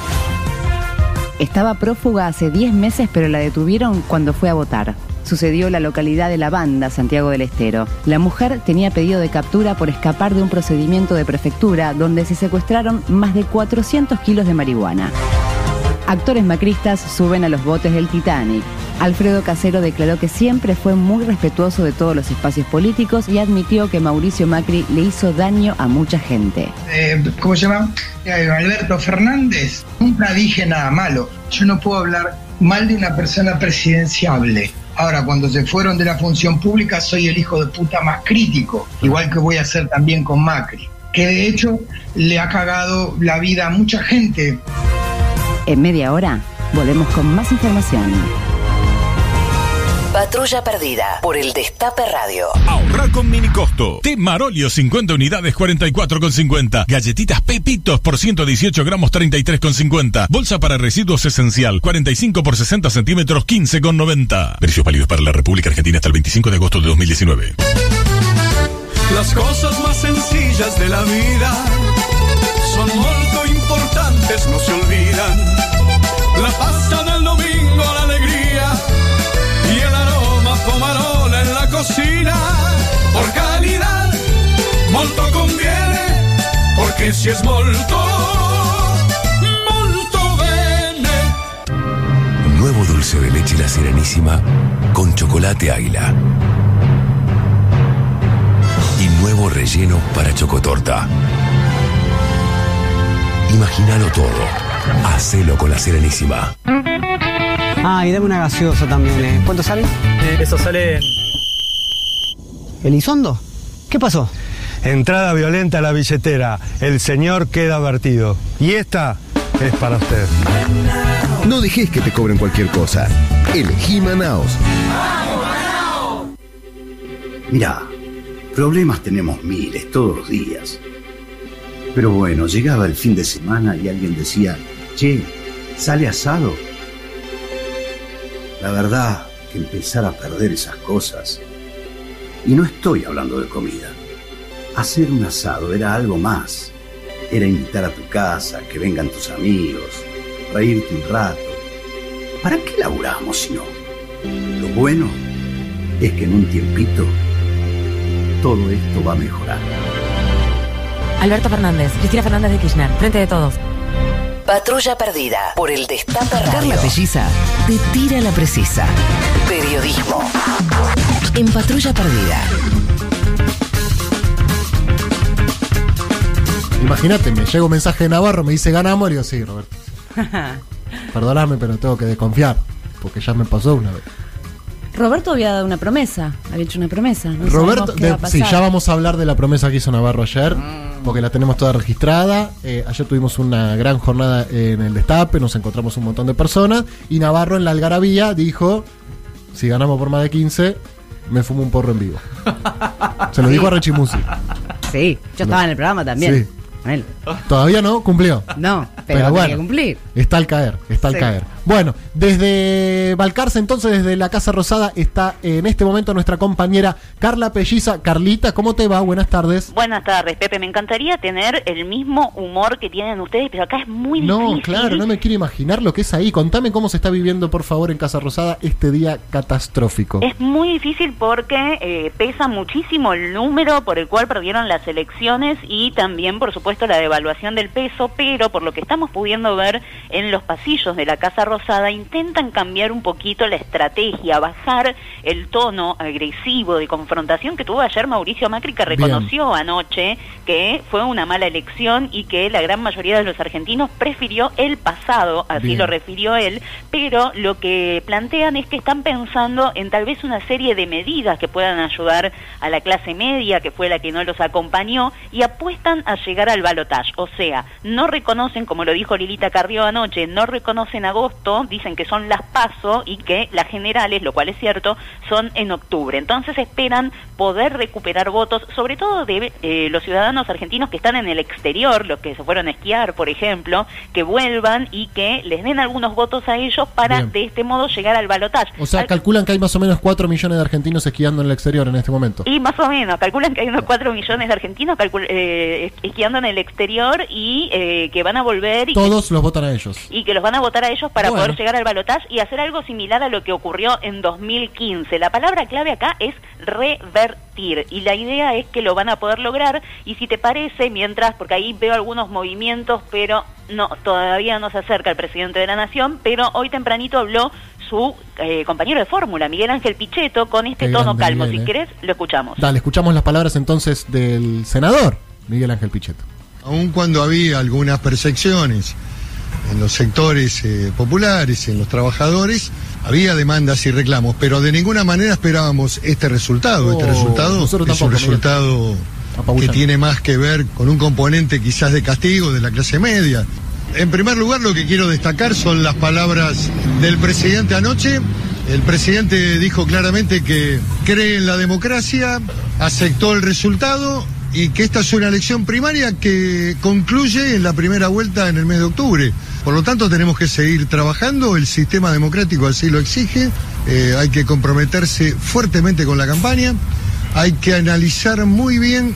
Estaba prófuga hace 10 meses, pero la detuvieron cuando fue a votar. Sucedió en la localidad de La Banda, Santiago del Estero. La mujer tenía pedido de captura por escapar de un procedimiento de prefectura donde se secuestraron más de 400 kilos de marihuana. Actores macristas suben a los botes del Titanic. Alfredo Casero declaró que siempre fue muy respetuoso de todos los espacios políticos y admitió que Mauricio Macri le hizo daño a mucha gente. ¿Cómo se llama? Alberto Fernández. Nunca dije nada malo. Yo no puedo hablar mal de una persona presidenciable. Ahora, cuando se fueron de la función pública, soy el hijo de puta más crítico, igual que voy a hacer también con Macri, que de hecho le ha cagado la vida a mucha gente. En media hora, volvemos con más información. Patrulla Perdida por el Destape Radio. Ahorrar con mini costo. Té Marolio 50 unidades 44,50. Galletitas Pepitos por 118 gramos 33,50. Bolsa para residuos esencial 45 por 60 centímetros 15,90. Precios válidos para la República Argentina hasta el 25 de agosto de 2019. Las cosas más sencillas de la vida son muy importantes, no se olvidan. La pasta del domingo, la alegría y el aroma pomarola en la cocina. Por calidad, molto conviene, porque si es molto, molto bene. Nuevo dulce de leche La Serenísima con chocolate águila. Y nuevo relleno para chocotorta. Imagínalo todo. Hacelo con La Serenísima. Ah, y dame una gaseosa también, ¿Cuánto sale? Eso sale... ¿Elizondo? ¿Qué pasó? Entrada violenta a la billetera. El señor queda advertido. Y esta es para usted. No dejes que te cobren cualquier cosa. Elegí Manaos. Mirá, problemas tenemos miles todos los días. Pero bueno, llegaba el fin de semana y alguien decía, che, ¿sale asado? La verdad que empezar a perder esas cosas. Y no estoy hablando de comida. Hacer un asado era algo más. Era invitar a tu casa, que vengan tus amigos, reírte un rato. ¿Para qué laburamos si no? Lo bueno es que en un tiempito todo esto va a mejorar. Alberto Fernández, Cristina Fernández de Kirchner, Frente de Todos. Patrulla Perdida por el Destape Radio. Carla Pelliza te tira la precisa. Periodismo en Patrulla Perdida. Imagínate, me llega un mensaje de Navarro, me dice ganamos, y digo, sí, Roberto. Perdóname, pero tengo que desconfiar, porque ya me pasó una vez. Roberto había dado una promesa, había hecho una promesa. No Roberto, sí, ya vamos a hablar de la promesa que hizo Navarro ayer, porque la tenemos toda registrada. Ayer tuvimos una gran jornada en el Destape, nos encontramos un montón de personas, y Navarro en la algarabía dijo, si ganamos por más de 15, me fumo un porro en vivo. Se lo dijo a Rechimusi. Sí, yo estaba en el programa también. Sí. Todavía no cumplió. No, pero bueno, tiene que cumplir. Está al caer, está al Sí. caer. Bueno, desde Balcarce, entonces, desde la Casa Rosada, está en este momento nuestra compañera Carla Pelliza. Carlita, ¿cómo te va? Buenas tardes. Buenas tardes, Pepe. Me encantaría tener el mismo humor que tienen ustedes, pero acá es muy difícil. No, claro, no me quiero imaginar lo que es ahí. Contame cómo se está viviendo, por favor, en Casa Rosada este día catastrófico. Es muy difícil porque pesa muchísimo el número por el cual perdieron las elecciones y también, por supuesto, la devaluación del peso, pero por lo que estamos pudiendo ver en los pasillos de la Casa Rosada, intentan cambiar un poquito la estrategia, bajar el tono agresivo de confrontación que tuvo ayer Mauricio Macri, que reconoció anoche que fue una mala elección y que la gran mayoría de los argentinos prefirió el pasado, así Bien. lo refirió él, pero lo que plantean es que están pensando en tal vez una serie de medidas que puedan ayudar a la clase media, que fue la que no los acompañó, y apuestan a llegar al balotaje. O sea, no reconocen, como lo dijo Lilita Carrió anoche, no reconocen agosto, dicen que son las PASO y que las generales, lo cual es cierto, son en octubre. Entonces esperan poder recuperar votos, sobre todo de los ciudadanos argentinos que están en el exterior, los que se fueron a esquiar, por ejemplo, que vuelvan y que les den algunos votos a ellos para Bien. de este modo llegar al balotaje. O sea, calculan que hay más o menos 4 millones de argentinos esquiando en el exterior en este momento. Y más o menos, calculan que hay unos 4 millones de argentinos esquiando en el exterior y que van a volver y Todos los votan a ellos. que los van a votar a ellos para Bueno. poder llegar al balotaje y hacer algo similar a lo que ocurrió en 2015. La palabra clave acá es revertir y la idea es que lo van a poder lograr y si te parece, mientras, porque ahí veo algunos movimientos, pero no, todavía no se acerca el presidente de la Nación, pero hoy tempranito habló su compañero de fórmula, Miguel Ángel Pichetto, con este Qué tono grande, calmo. Miguel, Si querés, lo escuchamos. Dale, escuchamos las palabras entonces del senador Miguel Ángel Pichetto. Aun cuando había algunas percepciones en los sectores populares, en los trabajadores, había demandas y reclamos, pero de ninguna manera esperábamos este resultado. Este resultado nosotros es un tampoco, resultado que tiene más que ver con un componente quizás de castigo de la clase media. En primer lugar, lo que quiero destacar son las palabras del presidente anoche. El presidente dijo claramente que cree en la democracia, aceptó el resultado y que esta es una elección primaria que concluye en la primera vuelta en el mes de octubre. Por lo tanto, tenemos que seguir trabajando, el sistema democrático así lo exige, hay que comprometerse fuertemente con la campaña, hay que analizar muy bien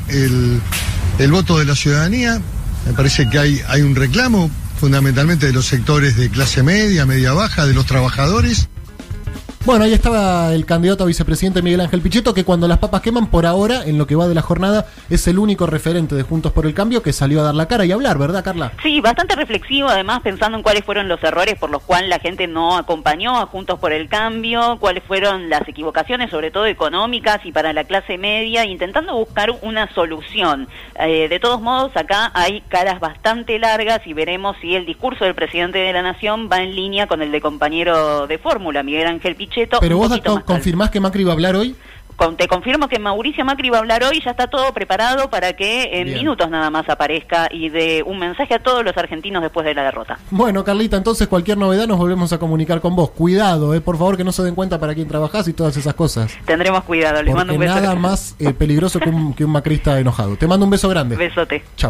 el voto de la ciudadanía. Me parece que hay un reclamo fundamentalmente de los sectores de clase media, media baja, de los trabajadores. Bueno, ahí estaba el candidato a vicepresidente Miguel Ángel Pichetto, que cuando las papas queman, por ahora, en lo que va de la jornada, es el único referente de Juntos por el Cambio que salió a dar la cara y a hablar, ¿verdad, Carla? Sí, bastante reflexivo, además pensando en cuáles fueron los errores por los cuales la gente no acompañó a Juntos por el Cambio, cuáles fueron las equivocaciones, sobre todo económicas y para la clase media, intentando buscar una solución. De todos modos, acá hay caras bastante largas y veremos si el discurso del presidente de la Nación va en línea con el de compañero de fórmula, Miguel Ángel Pichetto. Pero un vos poquito más confirmás que Macri va a hablar hoy. Te confirmo que Mauricio Macri va a hablar hoy, ya está todo preparado para que en Bien. minutos nada más aparezca y dé un mensaje a todos los argentinos después de la derrota. Bueno, Carlita, entonces cualquier novedad nos volvemos a comunicar con vos. Cuidado, por favor, que no se den cuenta para quién trabajás y todas esas cosas. Tendremos cuidado, les mando un Porque beso. nada más peligroso que un macrista enojado. Te mando un beso grande. Besote. Chau.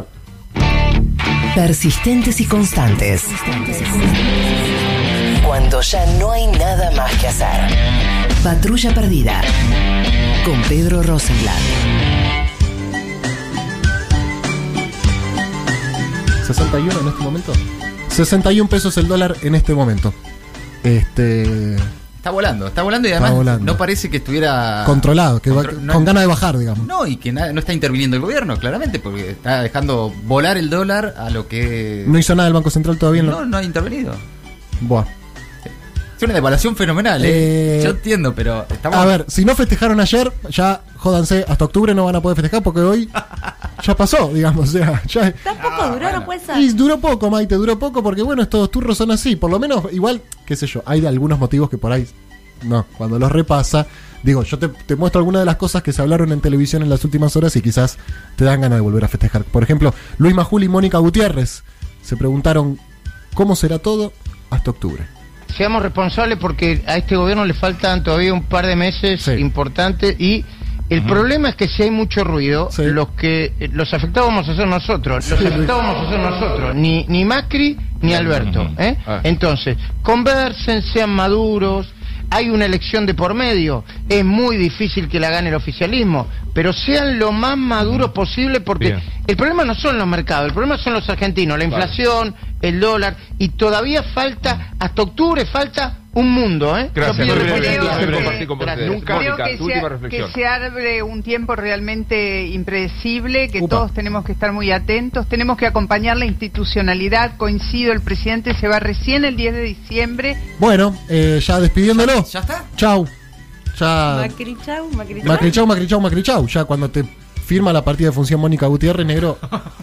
Persistentes y constantes. Cuando ya no hay nada más que hacer. Patrulla Perdida. Con Pedro Rosenblatt. 61 en este momento. 61 pesos el dólar en este momento. Está volando y además volando. no parece que estuviera Controlado, que no- con ganas de bajar, digamos. No, y que no está interviniendo el gobierno, claramente, porque está dejando volar el dólar a lo que No hizo nada el Banco Central todavía. no ha intervenido. Buah. Es una devaluación fenomenal, Yo entiendo, pero estamos... A ver, si no festejaron ayer, ya jódanse, hasta octubre no van a poder festejar porque hoy ya pasó, digamos, o sea, ya... Tampoco duró, no puede ser. Y duró poco, Maite, duró poco porque bueno, estos turros son así, por lo menos igual, qué sé yo, hay de algunos motivos que por ahí, no, cuando los repasa, digo, yo te muestro algunas de las cosas que se hablaron en televisión en las últimas horas y quizás te dan ganas de volver a festejar. Por ejemplo, Luis Majul y Mónica Gutiérrez se preguntaron cómo será todo hasta octubre. seamos responsables porque a este gobierno le faltan todavía un par de meses importantes y el problema es que si hay mucho ruido, los afectados vamos a ser nosotros. Los afectados vamos a ser nosotros, ni Macri ni Alberto. Entonces, conversen, sean maduros. Hay una elección de por medio, es muy difícil que la gane el oficialismo, pero sean lo más maduros posible porque el problema no son los mercados, el problema son los argentinos, la inflación, el dólar, y todavía falta, hasta octubre falta un mundo, Gracias, Creo que se abre un tiempo realmente impredecible, que todos tenemos que estar muy atentos, tenemos que acompañar la institucionalidad, coincido, el presidente se va recién el 10 de diciembre. Bueno, ya despidiéndolo. ¿Ya está? Chau. Ya. Macri chau, Macri chau. Macri chau, Macri chau, Macri chau. Ya cuando te firma la partida de función Mónica Gutiérrez, negro,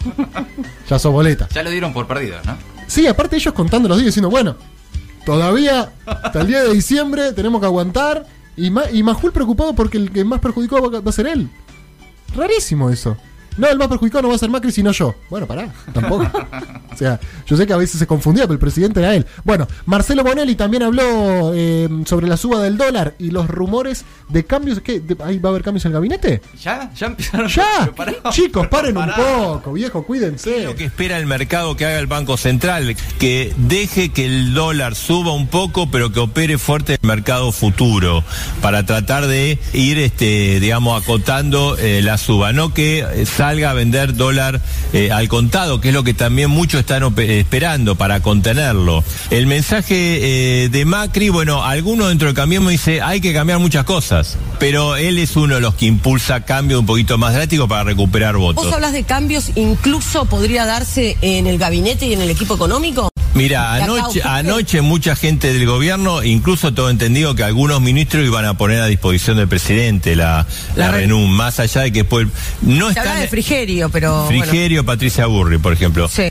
ya sos boleta. Ya lo dieron por perdido, ¿no? Sí, aparte ellos contando los días diciendo, bueno, todavía hasta el 10 de diciembre tenemos que aguantar. Y Majul preocupado porque el que más perjudicado va a ser él. Rarísimo eso. No, el más perjudicado no va a ser Macri sino yo. Bueno, pará, tampoco. O sea, yo sé que a veces se confundía, pero el presidente era él. Bueno, Marcelo Bonelli también habló sobre la suba del dólar y los rumores de cambios. ¿Qué? ¿Ahí va a haber cambios en el gabinete? ¿Ya empezaron? ¡Ya! Chicos, paren un poco, viejo, cuídense. ¿Qué es lo que espera el mercado que haga el Banco Central? Que deje que el dólar suba un poco, pero que opere fuerte el mercado futuro, para tratar de ir, digamos, acotando la suba. No que salga a vender dólar al contado, que es lo que también muchos están esperando para contenerlo. El mensaje de Macri, bueno, algunos dentro del cambiemos dice hay que cambiar muchas cosas, pero él es uno de los que impulsa cambios un poquito más drásticos para recuperar votos. ¿Vos hablas de cambios incluso podría darse en el gabinete y en el equipo económico? Mira, anoche mucha gente del gobierno, incluso todo entendido que algunos ministros iban a poner a disposición del presidente la renum, más allá de que después no se habla de Frigerio, pero Frigerio, bueno. Patricia Burri, por ejemplo. Sí.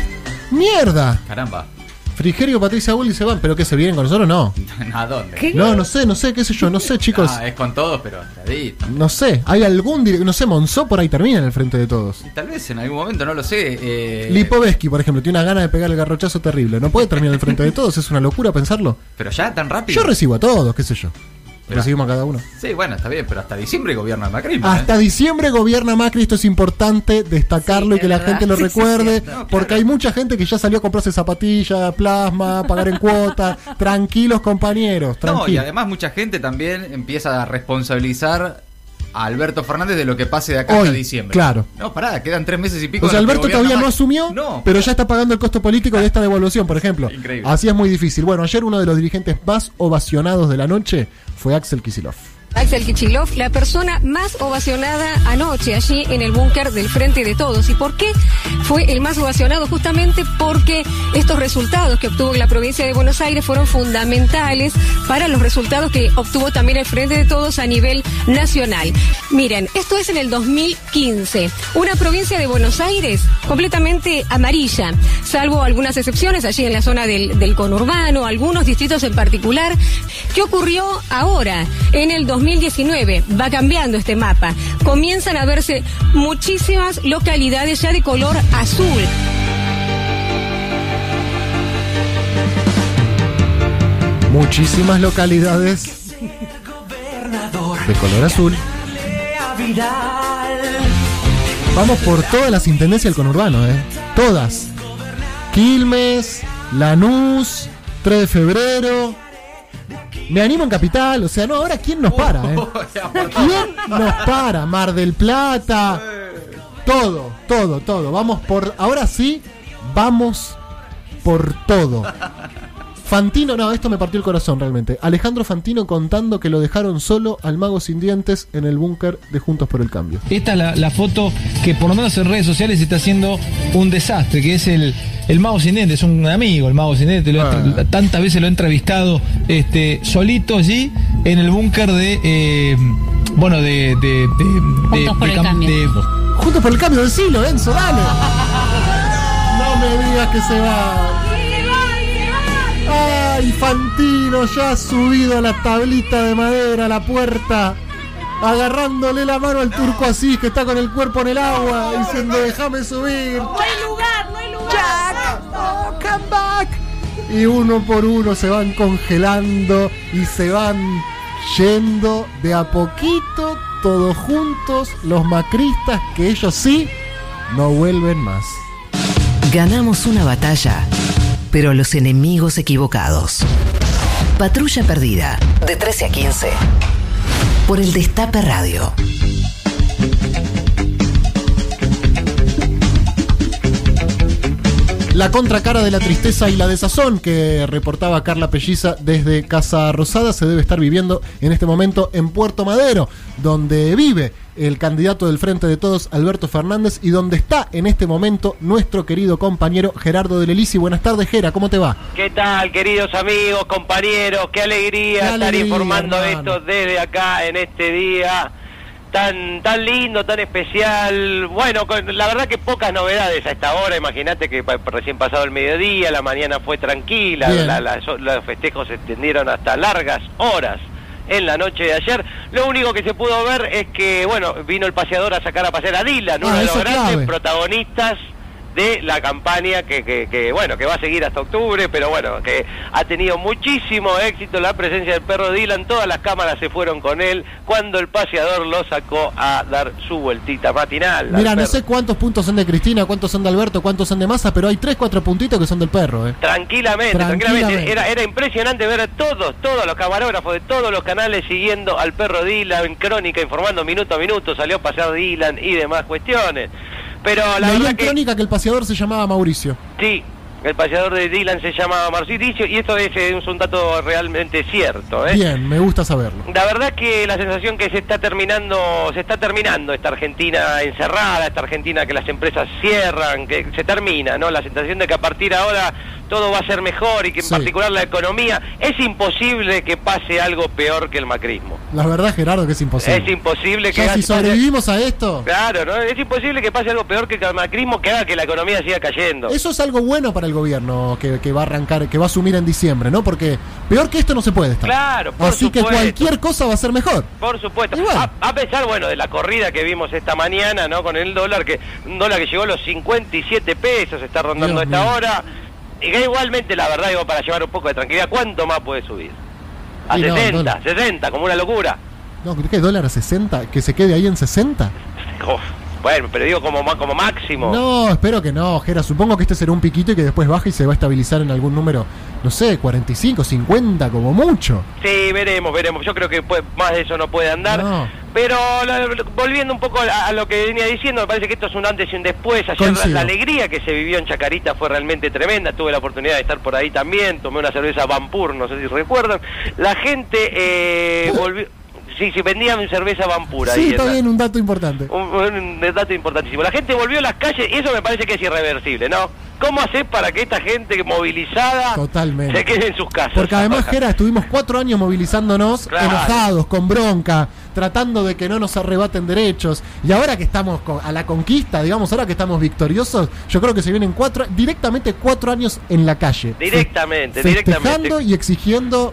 ¡Mierda! Caramba. Frigerio, Patricia Burri se van, pero ¿qué se vienen con nosotros? No. ¿A dónde? ¿Qué? No sé, qué sé yo, no sé, chicos. Es con todos, pero no sé, hay algún no sé, Monzó por ahí termina en el frente de todos. Tal vez en algún momento, no lo sé. Lipovetsky, por ejemplo, tiene una gana de pegar el garrochazo terrible. No puede terminar en el frente de todos, es una locura pensarlo. Pero ya tan rápido. Yo recibo a todos, qué sé yo. Recibimos a cada uno. Sí, bueno, está bien, pero hasta diciembre gobierna Macri. Hasta diciembre gobierna Macri, esto es importante destacarlo y que la gente lo recuerde, porque hay mucha gente que ya salió a comprarse zapatillas, plasma, pagar en cuotas. Tranquilos, compañeros, tranquilos. No, y además mucha gente también empieza a responsabilizar a Alberto Fernández de lo que pase de acá hasta diciembre. Claro. No, pará, quedan 3 meses y pico. O sea, Alberto todavía no asumió, pero ya está pagando el costo político de esta devaluación, por ejemplo. Increíble. Así es muy difícil. Bueno, ayer uno de los dirigentes más ovacionados de la noche fue Axel Kicillof. Axel Kicillof, la persona más ovacionada anoche allí en el búnker del Frente de Todos. ¿Y por qué fue el más ovacionado? Justamente porque estos resultados que obtuvo la provincia de Buenos Aires fueron fundamentales para los resultados que obtuvo también el Frente de Todos a nivel nacional. Miren, esto es en el 2015. Una provincia de Buenos Aires completamente amarilla, salvo algunas excepciones allí en la zona del conurbano, algunos distritos en particular. ¿Qué ocurrió ahora? En el 2019 va cambiando este mapa. Comienzan a verse muchísimas localidades ya de color azul. Muchísimas localidades de color azul. Vamos por todas las intendencias del conurbano, todas. Quilmes, Lanús, 3 de febrero. Me animo en Capital, o sea, no, ahora ¿quién nos para? ¿Quién nos para? Mar del Plata, todo. Vamos por, ahora sí, vamos por todo. Fantino, no, esto me partió el corazón realmente. Alejandro Fantino contando que lo dejaron solo al mago sin dientes en el búnker de Juntos por el Cambio. Esta es la foto que por lo menos en redes sociales está haciendo un desastre, que es el mago sin dientes, es un amigo el mago sin dientes, tantas veces lo he entrevistado solito allí en el búnker de Juntos por el Cambio. Juntos por el Cambio, decilo, Enzo, dale. No me digas que se va. ¡Ay, Fantino ya ha subido a la tablita de madera a la puerta, agarrándole la mano al turco así, que está con el cuerpo en el agua, diciendo déjame subir! No hay lugar. Jack, oh, come back. y uno por uno se van congelando y se van yendo de a poquito, todos juntos, los macristas, que ellos sí no vuelven más. Ganamos una batalla, pero los enemigos equivocados. Patrulla Perdida, de 13 a 15, por el Destape Radio. La contracara de la tristeza y la desazón que reportaba Carla Pelliza desde Casa Rosada se debe estar viviendo en este momento en Puerto Madero, donde vive el candidato del Frente de Todos, Alberto Fernández, y donde está en este momento nuestro querido compañero Gerardo de Lelisi. Buenas tardes, Gera, ¿cómo te va? ¿Qué tal, queridos amigos, compañeros? Qué alegría estar informando esto desde acá en este día tan lindo, tan especial. Bueno, la verdad que pocas novedades a esta hora. Imagínate que recién pasado el mediodía, la mañana fue tranquila, los festejos se extendieron hasta largas horas en la noche de ayer. Lo único que se pudo ver es que, bueno, vino el paseador a sacar a pasear a Dylan, uno de los grandes protagonistas de la campaña que va a seguir hasta octubre, pero bueno, que ha tenido muchísimo éxito la presencia del perro Dylan. Todas las cámaras se fueron con él cuando el paseador lo sacó a dar su vueltita matinal. Mira, no sé cuántos puntos son de Cristina, cuántos son de Alberto, cuántos son de Massa, pero hay 3-4 puntitos que son del perro, Tranquilamente. Era impresionante ver a todos los camarógrafos de todos los canales siguiendo al perro Dylan, en crónica, informando minuto a minuto, salió a pasear Dylan y demás cuestiones. Pero la verdad que crónica que el paseador se llamaba Mauricio. Sí, el paseador de Dylan se llamaba Mauricio, y esto es un dato realmente cierto. Bien, me gusta saberlo. La verdad que la sensación que se está terminando esta Argentina encerrada, esta Argentina que las empresas cierran, que se termina, ¿no? La sensación de que a partir de ahora todo va a ser mejor y que en particular la economía, es imposible que pase algo peor que el macrismo. La verdad, Gerardo, que es imposible. Es imposible que... si sobrevivimos a esto... Claro, ¿no? Es imposible que pase algo peor que el macrismo, que haga que la economía siga cayendo. Eso es algo bueno para el gobierno que va a arrancar, que va a asumir en diciembre, ¿no? Porque peor que esto no se puede estar. Claro, por Así supuesto. que cualquier cosa va a ser mejor. Por supuesto. A pesar, de la corrida que vimos esta mañana, ¿no? Con el dólar, un dólar que llegó a los 57 pesos, está rondando esta hora. Y que igualmente, la verdad, para llevar un poco de tranquilidad, ¿cuánto más puede subir? A 60, como una locura. No, creo que dólar a 60, que se quede ahí en 60. Bueno, pero digo como máximo. No, espero que no, Gera. Supongo que este será un piquito y que después baje y se va a estabilizar en algún número, no sé, 45, 50, como mucho. Sí, veremos. Yo creo que más de eso no puede andar. No. Pero volviendo un poco a lo que venía diciendo, me parece que esto es un antes y un después. Ayer la alegría que se vivió en Chacarita fue realmente tremenda. Tuve la oportunidad de estar por ahí también. Tomé una cerveza Vampur, no sé si recuerdan. La gente volvió... Sí, vendían cerveza Vampura. Sí, está bien, un dato importante. Un dato importantísimo. La gente volvió a las calles y eso me parece que es irreversible, ¿no? ¿Cómo hacer para que esta gente movilizada se quede en sus casas? Porque además, Gera, estuvimos 4 años movilizándonos, enojados, con bronca, tratando de que no nos arrebaten derechos. Y ahora que estamos a la conquista, digamos, ahora que estamos victoriosos, yo creo que se vienen directamente 4 años en la calle. Directamente. Y exigiendo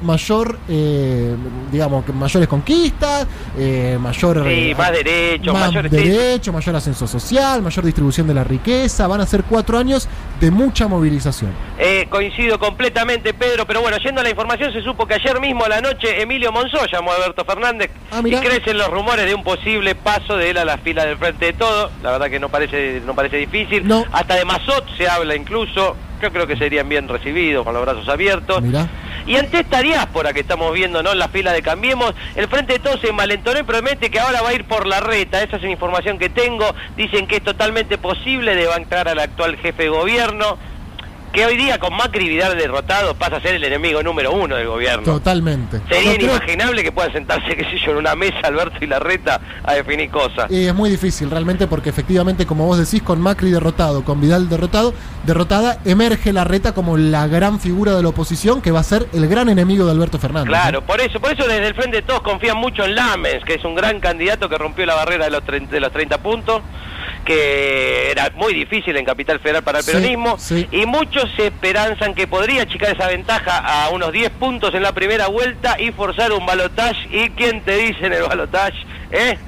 mayores conquistas, más derechos, mayor ascenso social, mayor distribución de la riqueza. Van a ser 4 años de mucha movilización. Coincido completamente, Pedro, pero bueno, yendo a la información, se supo que ayer mismo a la noche Emilio Monzó llamó a Alberto Fernández y crecen los rumores de un posible paso de él a la fila del Frente de Todos. La verdad que no parece difícil. No. Hasta de Mazot se habla incluso. Yo creo que serían bien recibidos, con los brazos abiertos. Y ante esta diáspora que estamos viendo, ¿no?, en la fila de Cambiemos, el Frente de Todos se malentonó y promete que ahora va a ir por la reta. Esa es la información que tengo. Dicen que es totalmente posible de bancar al actual jefe de gobierno, que hoy día con Macri y Vidal derrotado pasa a ser el enemigo número 1 del gobierno. Totalmente. Sería inimaginable que puedan sentarse, qué sé yo, en una mesa Alberto y Larreta a definir cosas. Y es muy difícil realmente, porque efectivamente, como vos decís, con Macri derrotado, con Vidal derrotada, emerge Larreta como la gran figura de la oposición, que va a ser el gran enemigo de Alberto Fernández. Claro, por eso desde el Frente de Todos confían mucho en Lammens, que es un gran candidato que rompió la barrera de los 30 puntos, que era muy difícil en Capital Federal para el peronismo, y muchos se esperanzan que podría achicar esa ventaja a unos 10 puntos en la primera vuelta y forzar un balotaje. ¿Y quién te dice en el balotaje?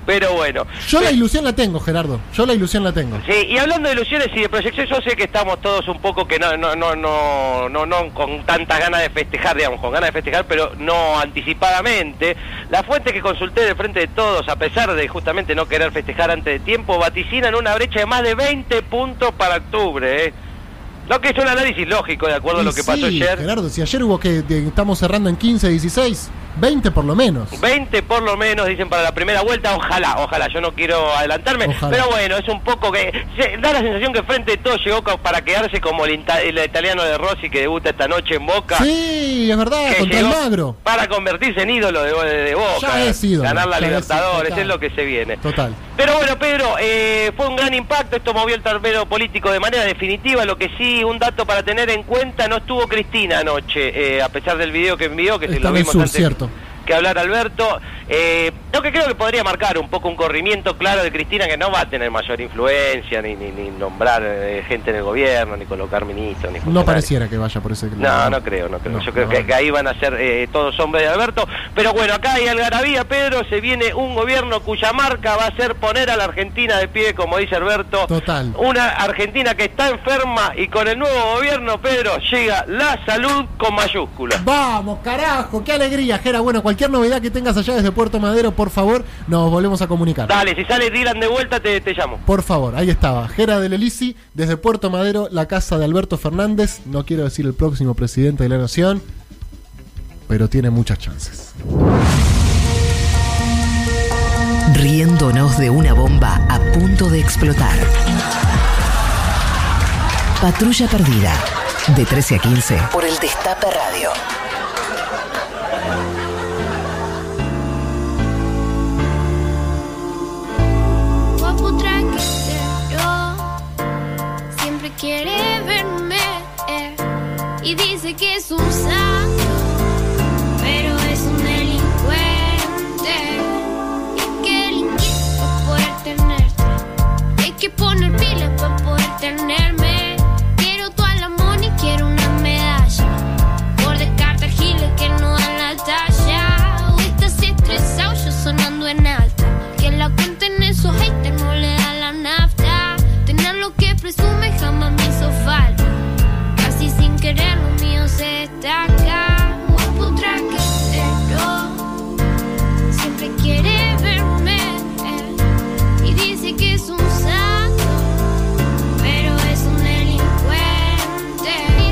Pero bueno. Yo la ilusión la tengo, Gerardo. Yo la ilusión la tengo. Sí, y hablando de ilusiones y de proyección, yo sé que estamos todos un poco que no con tantas ganas de festejar, digamos, con ganas de festejar, pero no anticipadamente. La fuente que consulté del Frente de Todos, a pesar de justamente no querer festejar antes de tiempo, vaticinan una brecha de más de 20 puntos para octubre, Lo que es un análisis lógico, de acuerdo a lo que pasó ayer. Gerardo, si ayer hubo que estamos cerrando en 15, 16, 20 por lo menos. 20 por lo menos, dicen, para la primera vuelta. Ojalá, yo no quiero adelantarme. Ojalá. Pero bueno, es un poco que... da la sensación que Frente de Todos llegó para quedarse como el italiano de Rossi que debuta esta noche en Boca. Sí, es verdad, contra el Magro. Para convertirse en ídolo de Boca. Ya es ídolo. Ganar la Ya Libertadores, es lo que se viene. Total. Pero bueno, Pedro, fue un gran impacto, esto movió el tablero político de manera definitiva. Lo que sí, un dato para tener en cuenta, no estuvo Cristina anoche, a pesar del video que envió, que Está se lo en el vimos sur, antes cierto. que hablar Alberto. Lo que creo que podría marcar un poco un corrimiento claro de Cristina, que no va a tener mayor influencia, ni nombrar gente en el gobierno, ni colocar ministros, ni No pareciera que vaya por ese lado. No creo. Yo creo que ahí van a ser todos hombres de Alberto. Pero bueno, acá hay algarabía, Pedro, se viene un gobierno cuya marca va a ser poner a la Argentina de pie, como dice Alberto. Total. Una Argentina que está enferma y con el nuevo gobierno, Pedro, llega la salud con mayúsculas. Vamos, carajo, qué alegría, Gera. Bueno, cualquier novedad que tengas allá desde Puerto Madero, por favor, nos volvemos a comunicar. Dale, si sale Dylan de vuelta, te llamo. Por favor, ahí estaba. Gera del Elisi, desde Puerto Madero, la casa de Alberto Fernández. No quiero decir el próximo presidente de la nación, pero tiene muchas chances. Riéndonos de una bomba a punto de explotar. Patrulla Perdida, de 13 a 15, por el Destape Radio. Siempre quiere verme y dice que es un santo, pero es un delincuente. Y qué lindo para poder tenerte. Hay que poner pilas para poder tenerme. Quiero toda la money, quiero una medalla por descartar giles que no dan la talla. Hoy estás estresado, yo sonando en alta. Que la cuenten esos haters no le da la nafta. Tener lo que presume jamás me hizo falta. Casi sin querer lo mío se destaca. Guapo traquetero, siempre quiere verme y dice que es un santo, pero es un delincuente.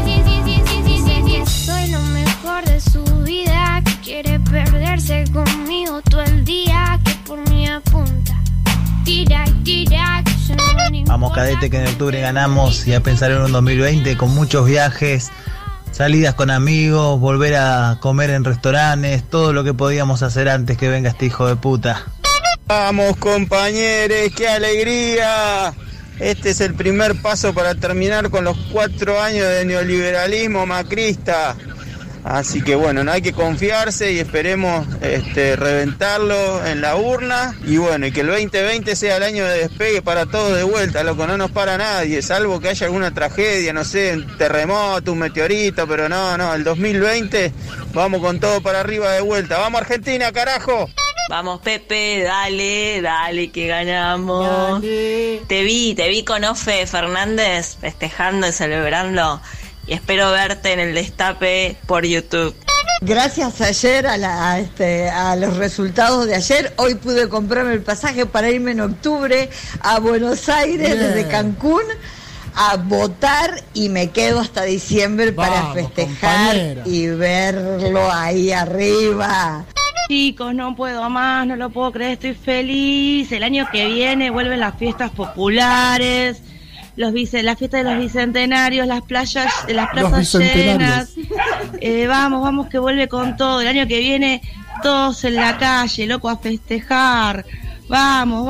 Dice que soy lo mejor de su vida, que quiere perderse conmigo todo el día, que por mí apunta. Tira, que yo no me Vamos, cadete, que en octubre ganamos, y a pensar en un 2020 con muchos viajes, salidas con amigos, volver a comer en restaurantes, todo lo que podíamos hacer antes que venga este hijo de puta. Vamos, compañeros, qué alegría. Este es el primer paso para terminar con los 4 años de neoliberalismo macrista. Así que bueno, no hay que confiarse y esperemos reventarlo en la urna. Y bueno, y que el 2020 sea el año de despegue para todos de vuelta, loco, no nos para nadie, salvo que haya alguna tragedia, no sé, un terremoto, un meteorito, pero no, el 2020 vamos con todo para arriba de vuelta. ¡Vamos Argentina, carajo! Vamos Pepe, dale que ganamos. Dale. Te vi con Ofe Fernández festejando y celebrando. Y espero verte en el Destape por YouTube. Gracias ayer a los resultados de ayer, hoy pude comprarme el pasaje para irme en octubre a Buenos Aires. Bien. Desde Cancún a votar, y me quedo hasta diciembre para festejar, compañera, y verlo ahí arriba. Chicos, no puedo más, no lo puedo creer, estoy feliz. El año que viene vuelven las fiestas populares, la fiesta de los bicentenarios, las plazas llenas. Vamos que vuelve con todo. El año que viene todos en la calle, loco, a festejar. Vamos.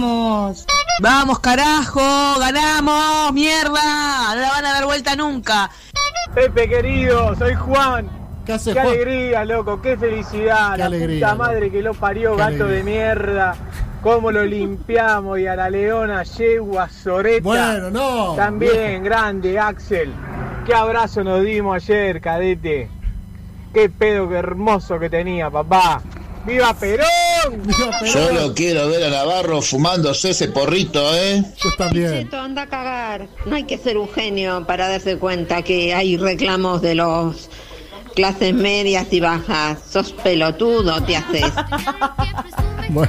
Vamos, carajo, ganamos, mierda, no la van a dar vuelta nunca. Pepe querido, soy Juan. ¿Qué haces, Qué Juan? Alegría, loco, qué felicidad. Qué la alegría, puta madre que lo parió, qué gato alegría de mierda. Cómo lo limpiamos, y a la leona, yegua, soreta. Bueno, no. También, grande, Axel. Qué abrazo nos dimos ayer, cadete. Qué pedo, qué hermoso que tenía, papá. ¡Viva Perón! Yo lo quiero ver a Navarro fumándose ese porrito, ¿eh? Yo también. Picheto, anda a cagar. No hay que ser un genio para darse cuenta que hay reclamos de los clases medias y bajas. Sos pelotudo, te haces. Bueno.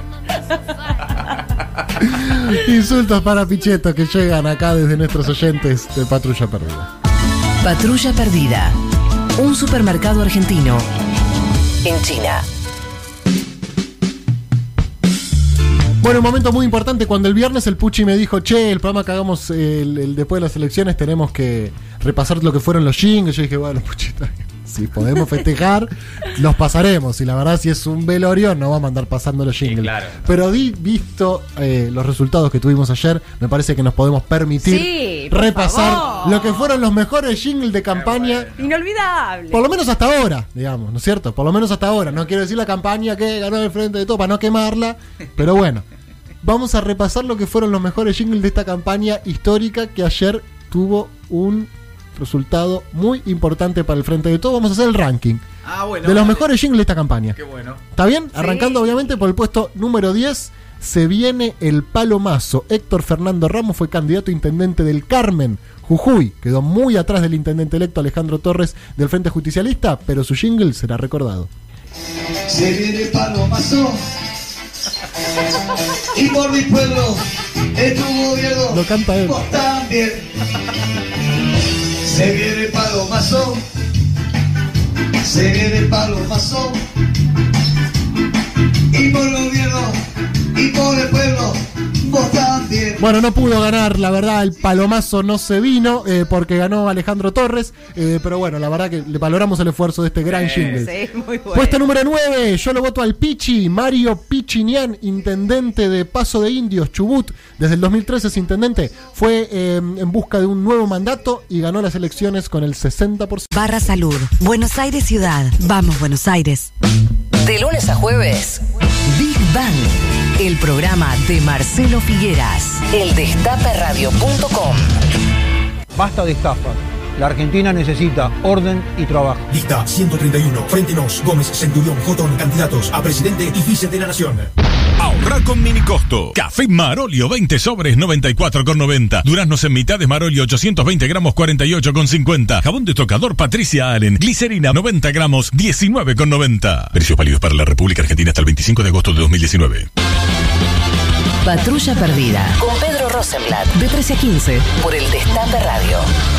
Insultos para Pichetto que llegan acá desde nuestros oyentes de Patrulla Perdida. Patrulla Perdida. Un supermercado argentino en China. Bueno, un momento muy importante. Cuando el viernes el Puchi me dijo, che, el programa que hagamos el después de las elecciones tenemos que repasar lo que fueron los jingles. Yo dije, bueno, Puchi, si podemos festejar, los pasaremos. Y la verdad, si es un velorio, no vamos a andar pasando los jingles. Claro. Pero visto los resultados que tuvimos ayer, me parece que nos podemos permitir repasar lo que fueron los mejores jingles de campaña. Inolvidable. Por lo menos hasta ahora, digamos, ¿no es cierto? Por lo menos hasta ahora. No quiero decir la campaña que ganó el Frente de Todo para no quemarla, pero bueno. Vamos a repasar lo que fueron los mejores jingles de esta campaña histórica que ayer tuvo un resultado muy importante para el Frente de Todo. Vamos a hacer el ranking de los mejores jingles de esta campaña. Qué bueno. ¿Está bien? Sí. Arrancando obviamente por el puesto número 10. Se viene el palomazo. Héctor Fernando Ramos fue candidato a intendente del Carmen, Jujuy. Quedó muy atrás del intendente electo Alejandro Torres del Frente Justicialista, pero su jingle será recordado. Se viene el palomazo. Y por mi pueblo, en tu gobierno, lo canta él. Vos también. Se viene el palomazo. Se viene el palomazo. Y por el gobierno, y por el pueblo, vos también. Bueno, no pudo ganar, la verdad, el palomazo no se vino porque ganó Alejandro Torres, pero bueno, la verdad que le valoramos el esfuerzo de este gran jingle. Sí, muy bueno. Puesto número 9, yo lo voto al Pichi, Mario Pichinian, intendente de Paso de Indios, Chubut, desde el 2013 es intendente, fue en busca de un nuevo mandato y ganó las elecciones con el 60%. Barra Salud, Buenos Aires Ciudad, vamos Buenos Aires. De lunes a jueves, Big Bang, el programa de Marcelo Figueras, eldestaperadio.com. Basta de estafas. La Argentina necesita orden y trabajo. Lista 131. Frente Nos, Gómez, Centurión, Jotón, candidatos a presidente y vice de la nación. Ahorra con mini costo. Café Marolio 20 sobres 94,90. Duraznos en mitades Marolio 820 gramos 48,50. Jabón de tocador Patricia Allen. Glicerina 90 gramos 19,90. Precios válidos para la República Argentina hasta el 25 de agosto de 2019. Patrulla Perdida con Pedro Rosenblatt de 13 a 15 por el Destape Radio.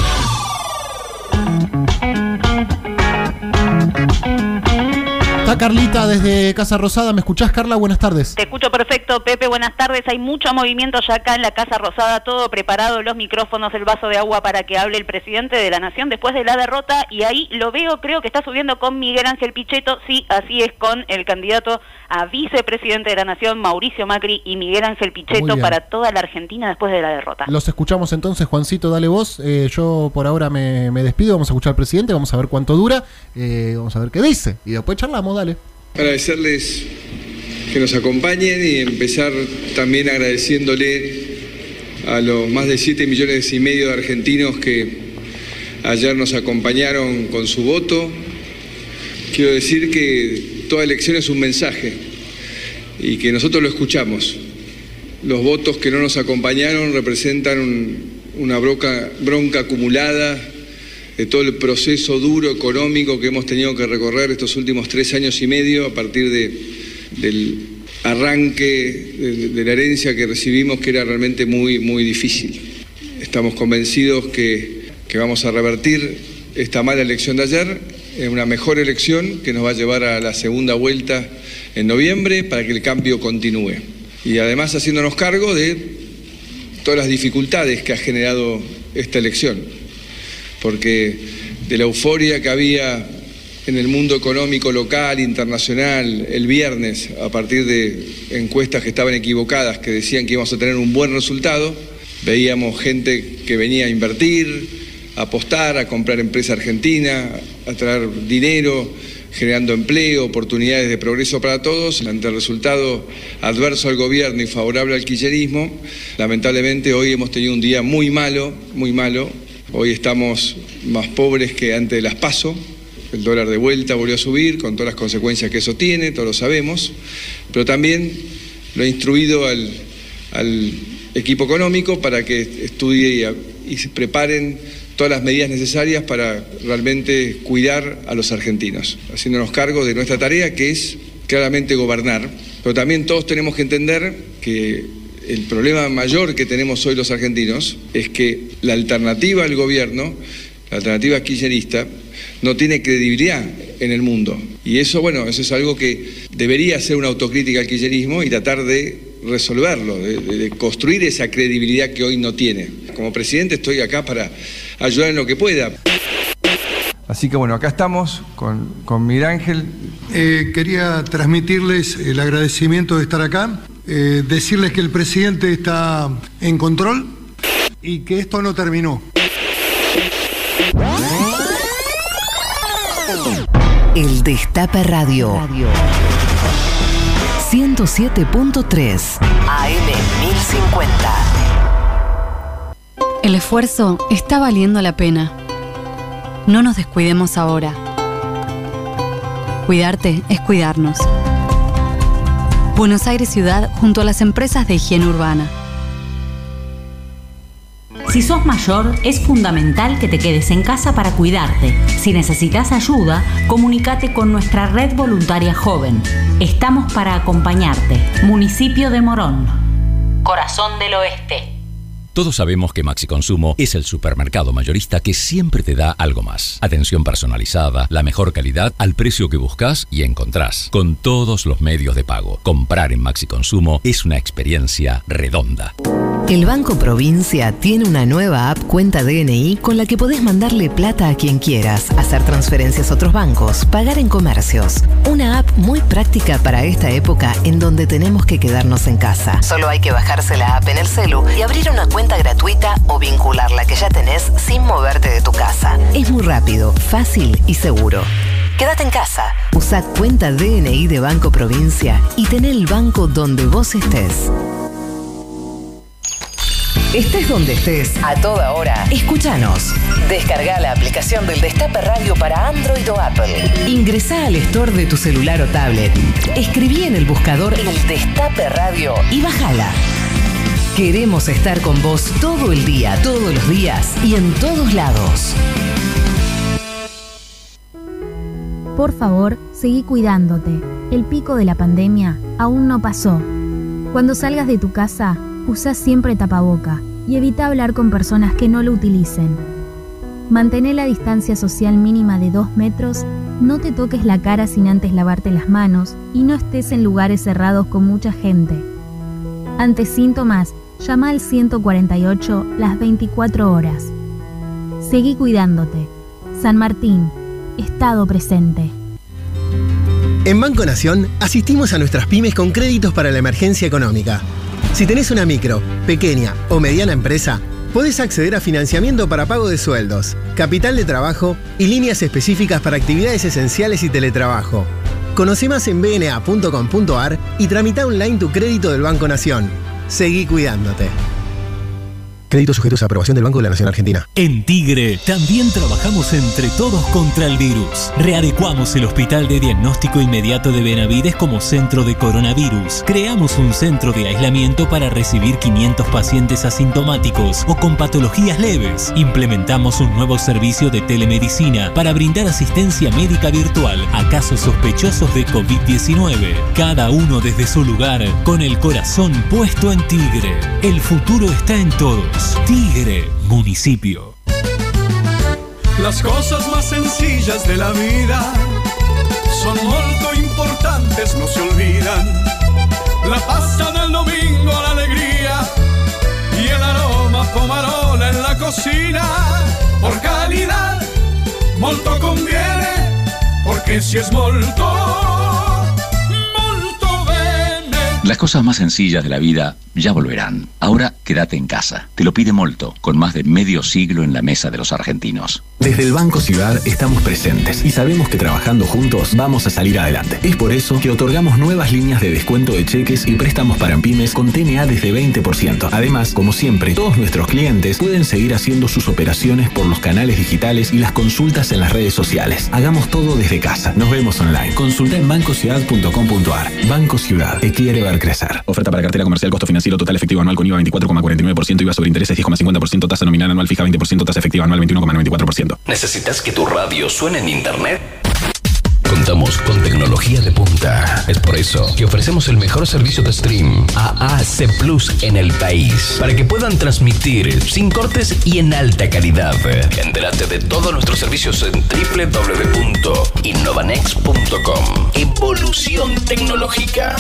Está Carlita desde Casa Rosada. ¿Me escuchás, Carla? Buenas tardes. Te escucho perfecto, Pepe. Buenas tardes. Hay mucho movimiento ya acá en la Casa Rosada. Todo preparado, los micrófonos, el vaso de agua para que hable el presidente de la Nación después de la derrota. Y ahí lo veo, creo que está subiendo con Miguel Ángel Pichetto. Sí, así es, con el candidato a vicepresidente de la Nación, Mauricio Macri, y Miguel Ángel Pichetto para toda la Argentina después de la derrota. Los escuchamos entonces, Juancito, dale vos. Yo por ahora me despido. Vamos a escuchar al presidente, vamos a ver cuánto dura, vamos a ver qué dice. Y después charlamos, dale. Agradecerles que nos acompañen y empezar también agradeciéndole a los más de 7,5 millones de argentinos que ayer nos acompañaron con su voto. Quiero decir que toda elección es un mensaje y que nosotros lo escuchamos. Los votos que no nos acompañaron representan una bronca acumulada de todo el proceso duro económico que hemos tenido que recorrer estos últimos 3 años y medio a partir del arranque de la herencia que recibimos, que era realmente muy, muy difícil. Estamos convencidos que vamos a revertir esta mala elección de ayer en una mejor elección que nos va a llevar a la segunda vuelta en noviembre para que el cambio continúe. Y además haciéndonos cargo de todas las dificultades que ha generado esta elección. Porque de la euforia que había en el mundo económico local, internacional, el viernes, a partir de encuestas que estaban equivocadas, que decían que íbamos a tener un buen resultado, veíamos gente que venía a invertir, a apostar, a comprar empresa argentina, a traer dinero, generando empleo, oportunidades de progreso para todos. Ante el resultado adverso al gobierno y favorable al kirchnerismo, lamentablemente hoy hemos tenido un día muy malo, muy malo. Hoy estamos más pobres que antes de las PASO, el dólar de vuelta volvió a subir, con todas las consecuencias que eso tiene, todos lo sabemos, pero también lo he instruido al equipo económico para que estudie y se preparen todas las medidas necesarias para realmente cuidar a los argentinos, haciéndonos cargo de nuestra tarea, que es claramente gobernar, pero también todos tenemos que entender que el problema mayor que tenemos hoy los argentinos es que la alternativa al gobierno, la alternativa kirchnerista, no tiene credibilidad en el mundo. Y eso, bueno, eso es algo que debería ser una autocrítica al kirchnerismo y tratar de resolverlo, de construir esa credibilidad que hoy no tiene. Como presidente estoy acá para ayudar en lo que pueda. Así que bueno, acá estamos con Miguel Ángel. Quería transmitirles el agradecimiento de estar acá, decirles que el presidente está en control y que esto no terminó. El Destape Radio 107.3 AM 1050. El esfuerzo está valiendo la pena. No nos descuidemos ahora. Cuidarte es cuidarnos. Buenos Aires Ciudad junto a las empresas de higiene urbana. Si sos mayor, es fundamental que te quedes en casa para cuidarte. Si necesitas ayuda, comunícate con nuestra red voluntaria joven. Estamos para acompañarte. Municipio de Morón. Corazón del Oeste. Todos sabemos que Maxi Consumo es el supermercado mayorista que siempre te da algo más. Atención personalizada, la mejor calidad al precio que buscas y encontrás. Con todos los medios de pago. Comprar en Maxi Consumo es una experiencia redonda. El Banco Provincia tiene una nueva app Cuenta DNI con la que podés mandarle plata a quien quieras, hacer transferencias a otros bancos, pagar en comercios. Una app muy práctica para esta época en donde tenemos que quedarnos en casa. Solo hay que bajarse la app en el celu y abrir una cuenta gratuita o vincular la que ya tenés sin moverte de tu casa. Es muy rápido, fácil y seguro. Quédate en casa. Usa Cuenta DNI de Banco Provincia y ten el banco donde vos estés. Estés donde estés, a toda hora, escúchanos. Descarga la aplicación del Destape Radio para Android o Apple. Ingresá al store de tu celular o tablet. Escribí en el buscador El Destape Radio y bájala. Queremos estar con vos todo el día, todos los días y en todos lados. Por favor, seguí cuidándote. El pico de la pandemia aún no pasó. Cuando salgas de tu casa, usa siempre tapaboca y evita hablar con personas que no lo utilicen. Mantén la distancia social mínima de 2 metros, no te toques la cara sin antes lavarte las manos y no estés en lugares cerrados con mucha gente. Ante síntomas, llama al 148 las 24 horas. Seguí cuidándote. San Martín, Estado presente. En Banco Nación asistimos a nuestras pymes con créditos para la emergencia económica. Si tenés una micro, pequeña o mediana empresa, podés acceder a financiamiento para pago de sueldos, capital de trabajo y líneas específicas para actividades esenciales y teletrabajo. Conoce más en bna.com.ar y tramita online tu crédito del Banco Nación. Seguí cuidándote. Créditos sujetos a aprobación del Banco de la Nación Argentina. En Tigre también trabajamos entre todos contra el virus. Readecuamos el Hospital de Diagnóstico Inmediato de Benavides como centro de coronavirus. Creamos un centro de aislamiento para recibir 500 pacientes asintomáticos o con patologías leves. Implementamos un nuevo servicio de telemedicina para brindar asistencia médica virtual a casos sospechosos de COVID-19. Cada uno desde su lugar, con el corazón puesto en Tigre. El futuro está en todos. Tigre, municipio. Las cosas más sencillas de la vida son molto importantes, no se olvidan. La pasta del domingo, la alegría y el aroma pomarola en la cocina. Por calidad, molto conviene, porque si es molto, molto bene. Las cosas más sencillas de la vida ya volverán. Ahora quédate en casa. Te lo pide Molto, con más de medio siglo en la mesa de los argentinos. Desde el Banco Ciudad estamos presentes y sabemos que trabajando juntos vamos a salir adelante. Es por eso que otorgamos nuevas líneas de descuento de cheques y préstamos para pymes con TNA desde 20%. Además, como siempre, todos nuestros clientes pueden seguir haciendo sus operaciones por los canales digitales y las consultas en las redes sociales. Hagamos todo desde casa. Nos vemos online. Consulta en bancociudad.com.ar. Banco Ciudad, te quiere ver crecer. Oferta para cartera comercial, costo financiero total efectivo anual con IVA 24,49%, IVA sobre intereses 10,50%, tasa nominal anual fija 20%, tasa efectiva anual 21,94%. ¿Necesitas que tu radio suene en internet? Contamos con tecnología de punta. Es por eso que ofrecemos el mejor servicio de stream AAC Plus en el país, para que puedan transmitir sin cortes y en alta calidad. Entérate de todos nuestros servicios en www.innovanex.com. Evolución tecnológica.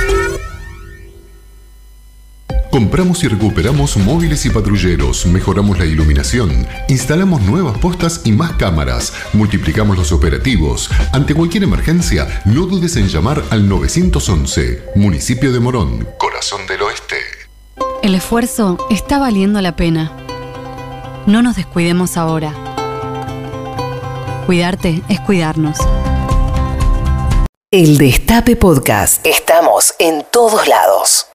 Compramos y recuperamos móviles y patrulleros, mejoramos la iluminación, instalamos nuevas postas y más cámaras, multiplicamos los operativos. Ante cualquier emergencia, no dudes en llamar al 911, Municipio de Morón, Corazón del Oeste. El esfuerzo está valiendo la pena. No nos descuidemos ahora. Cuidarte es cuidarnos. El Destape Podcast. Estamos en todos lados.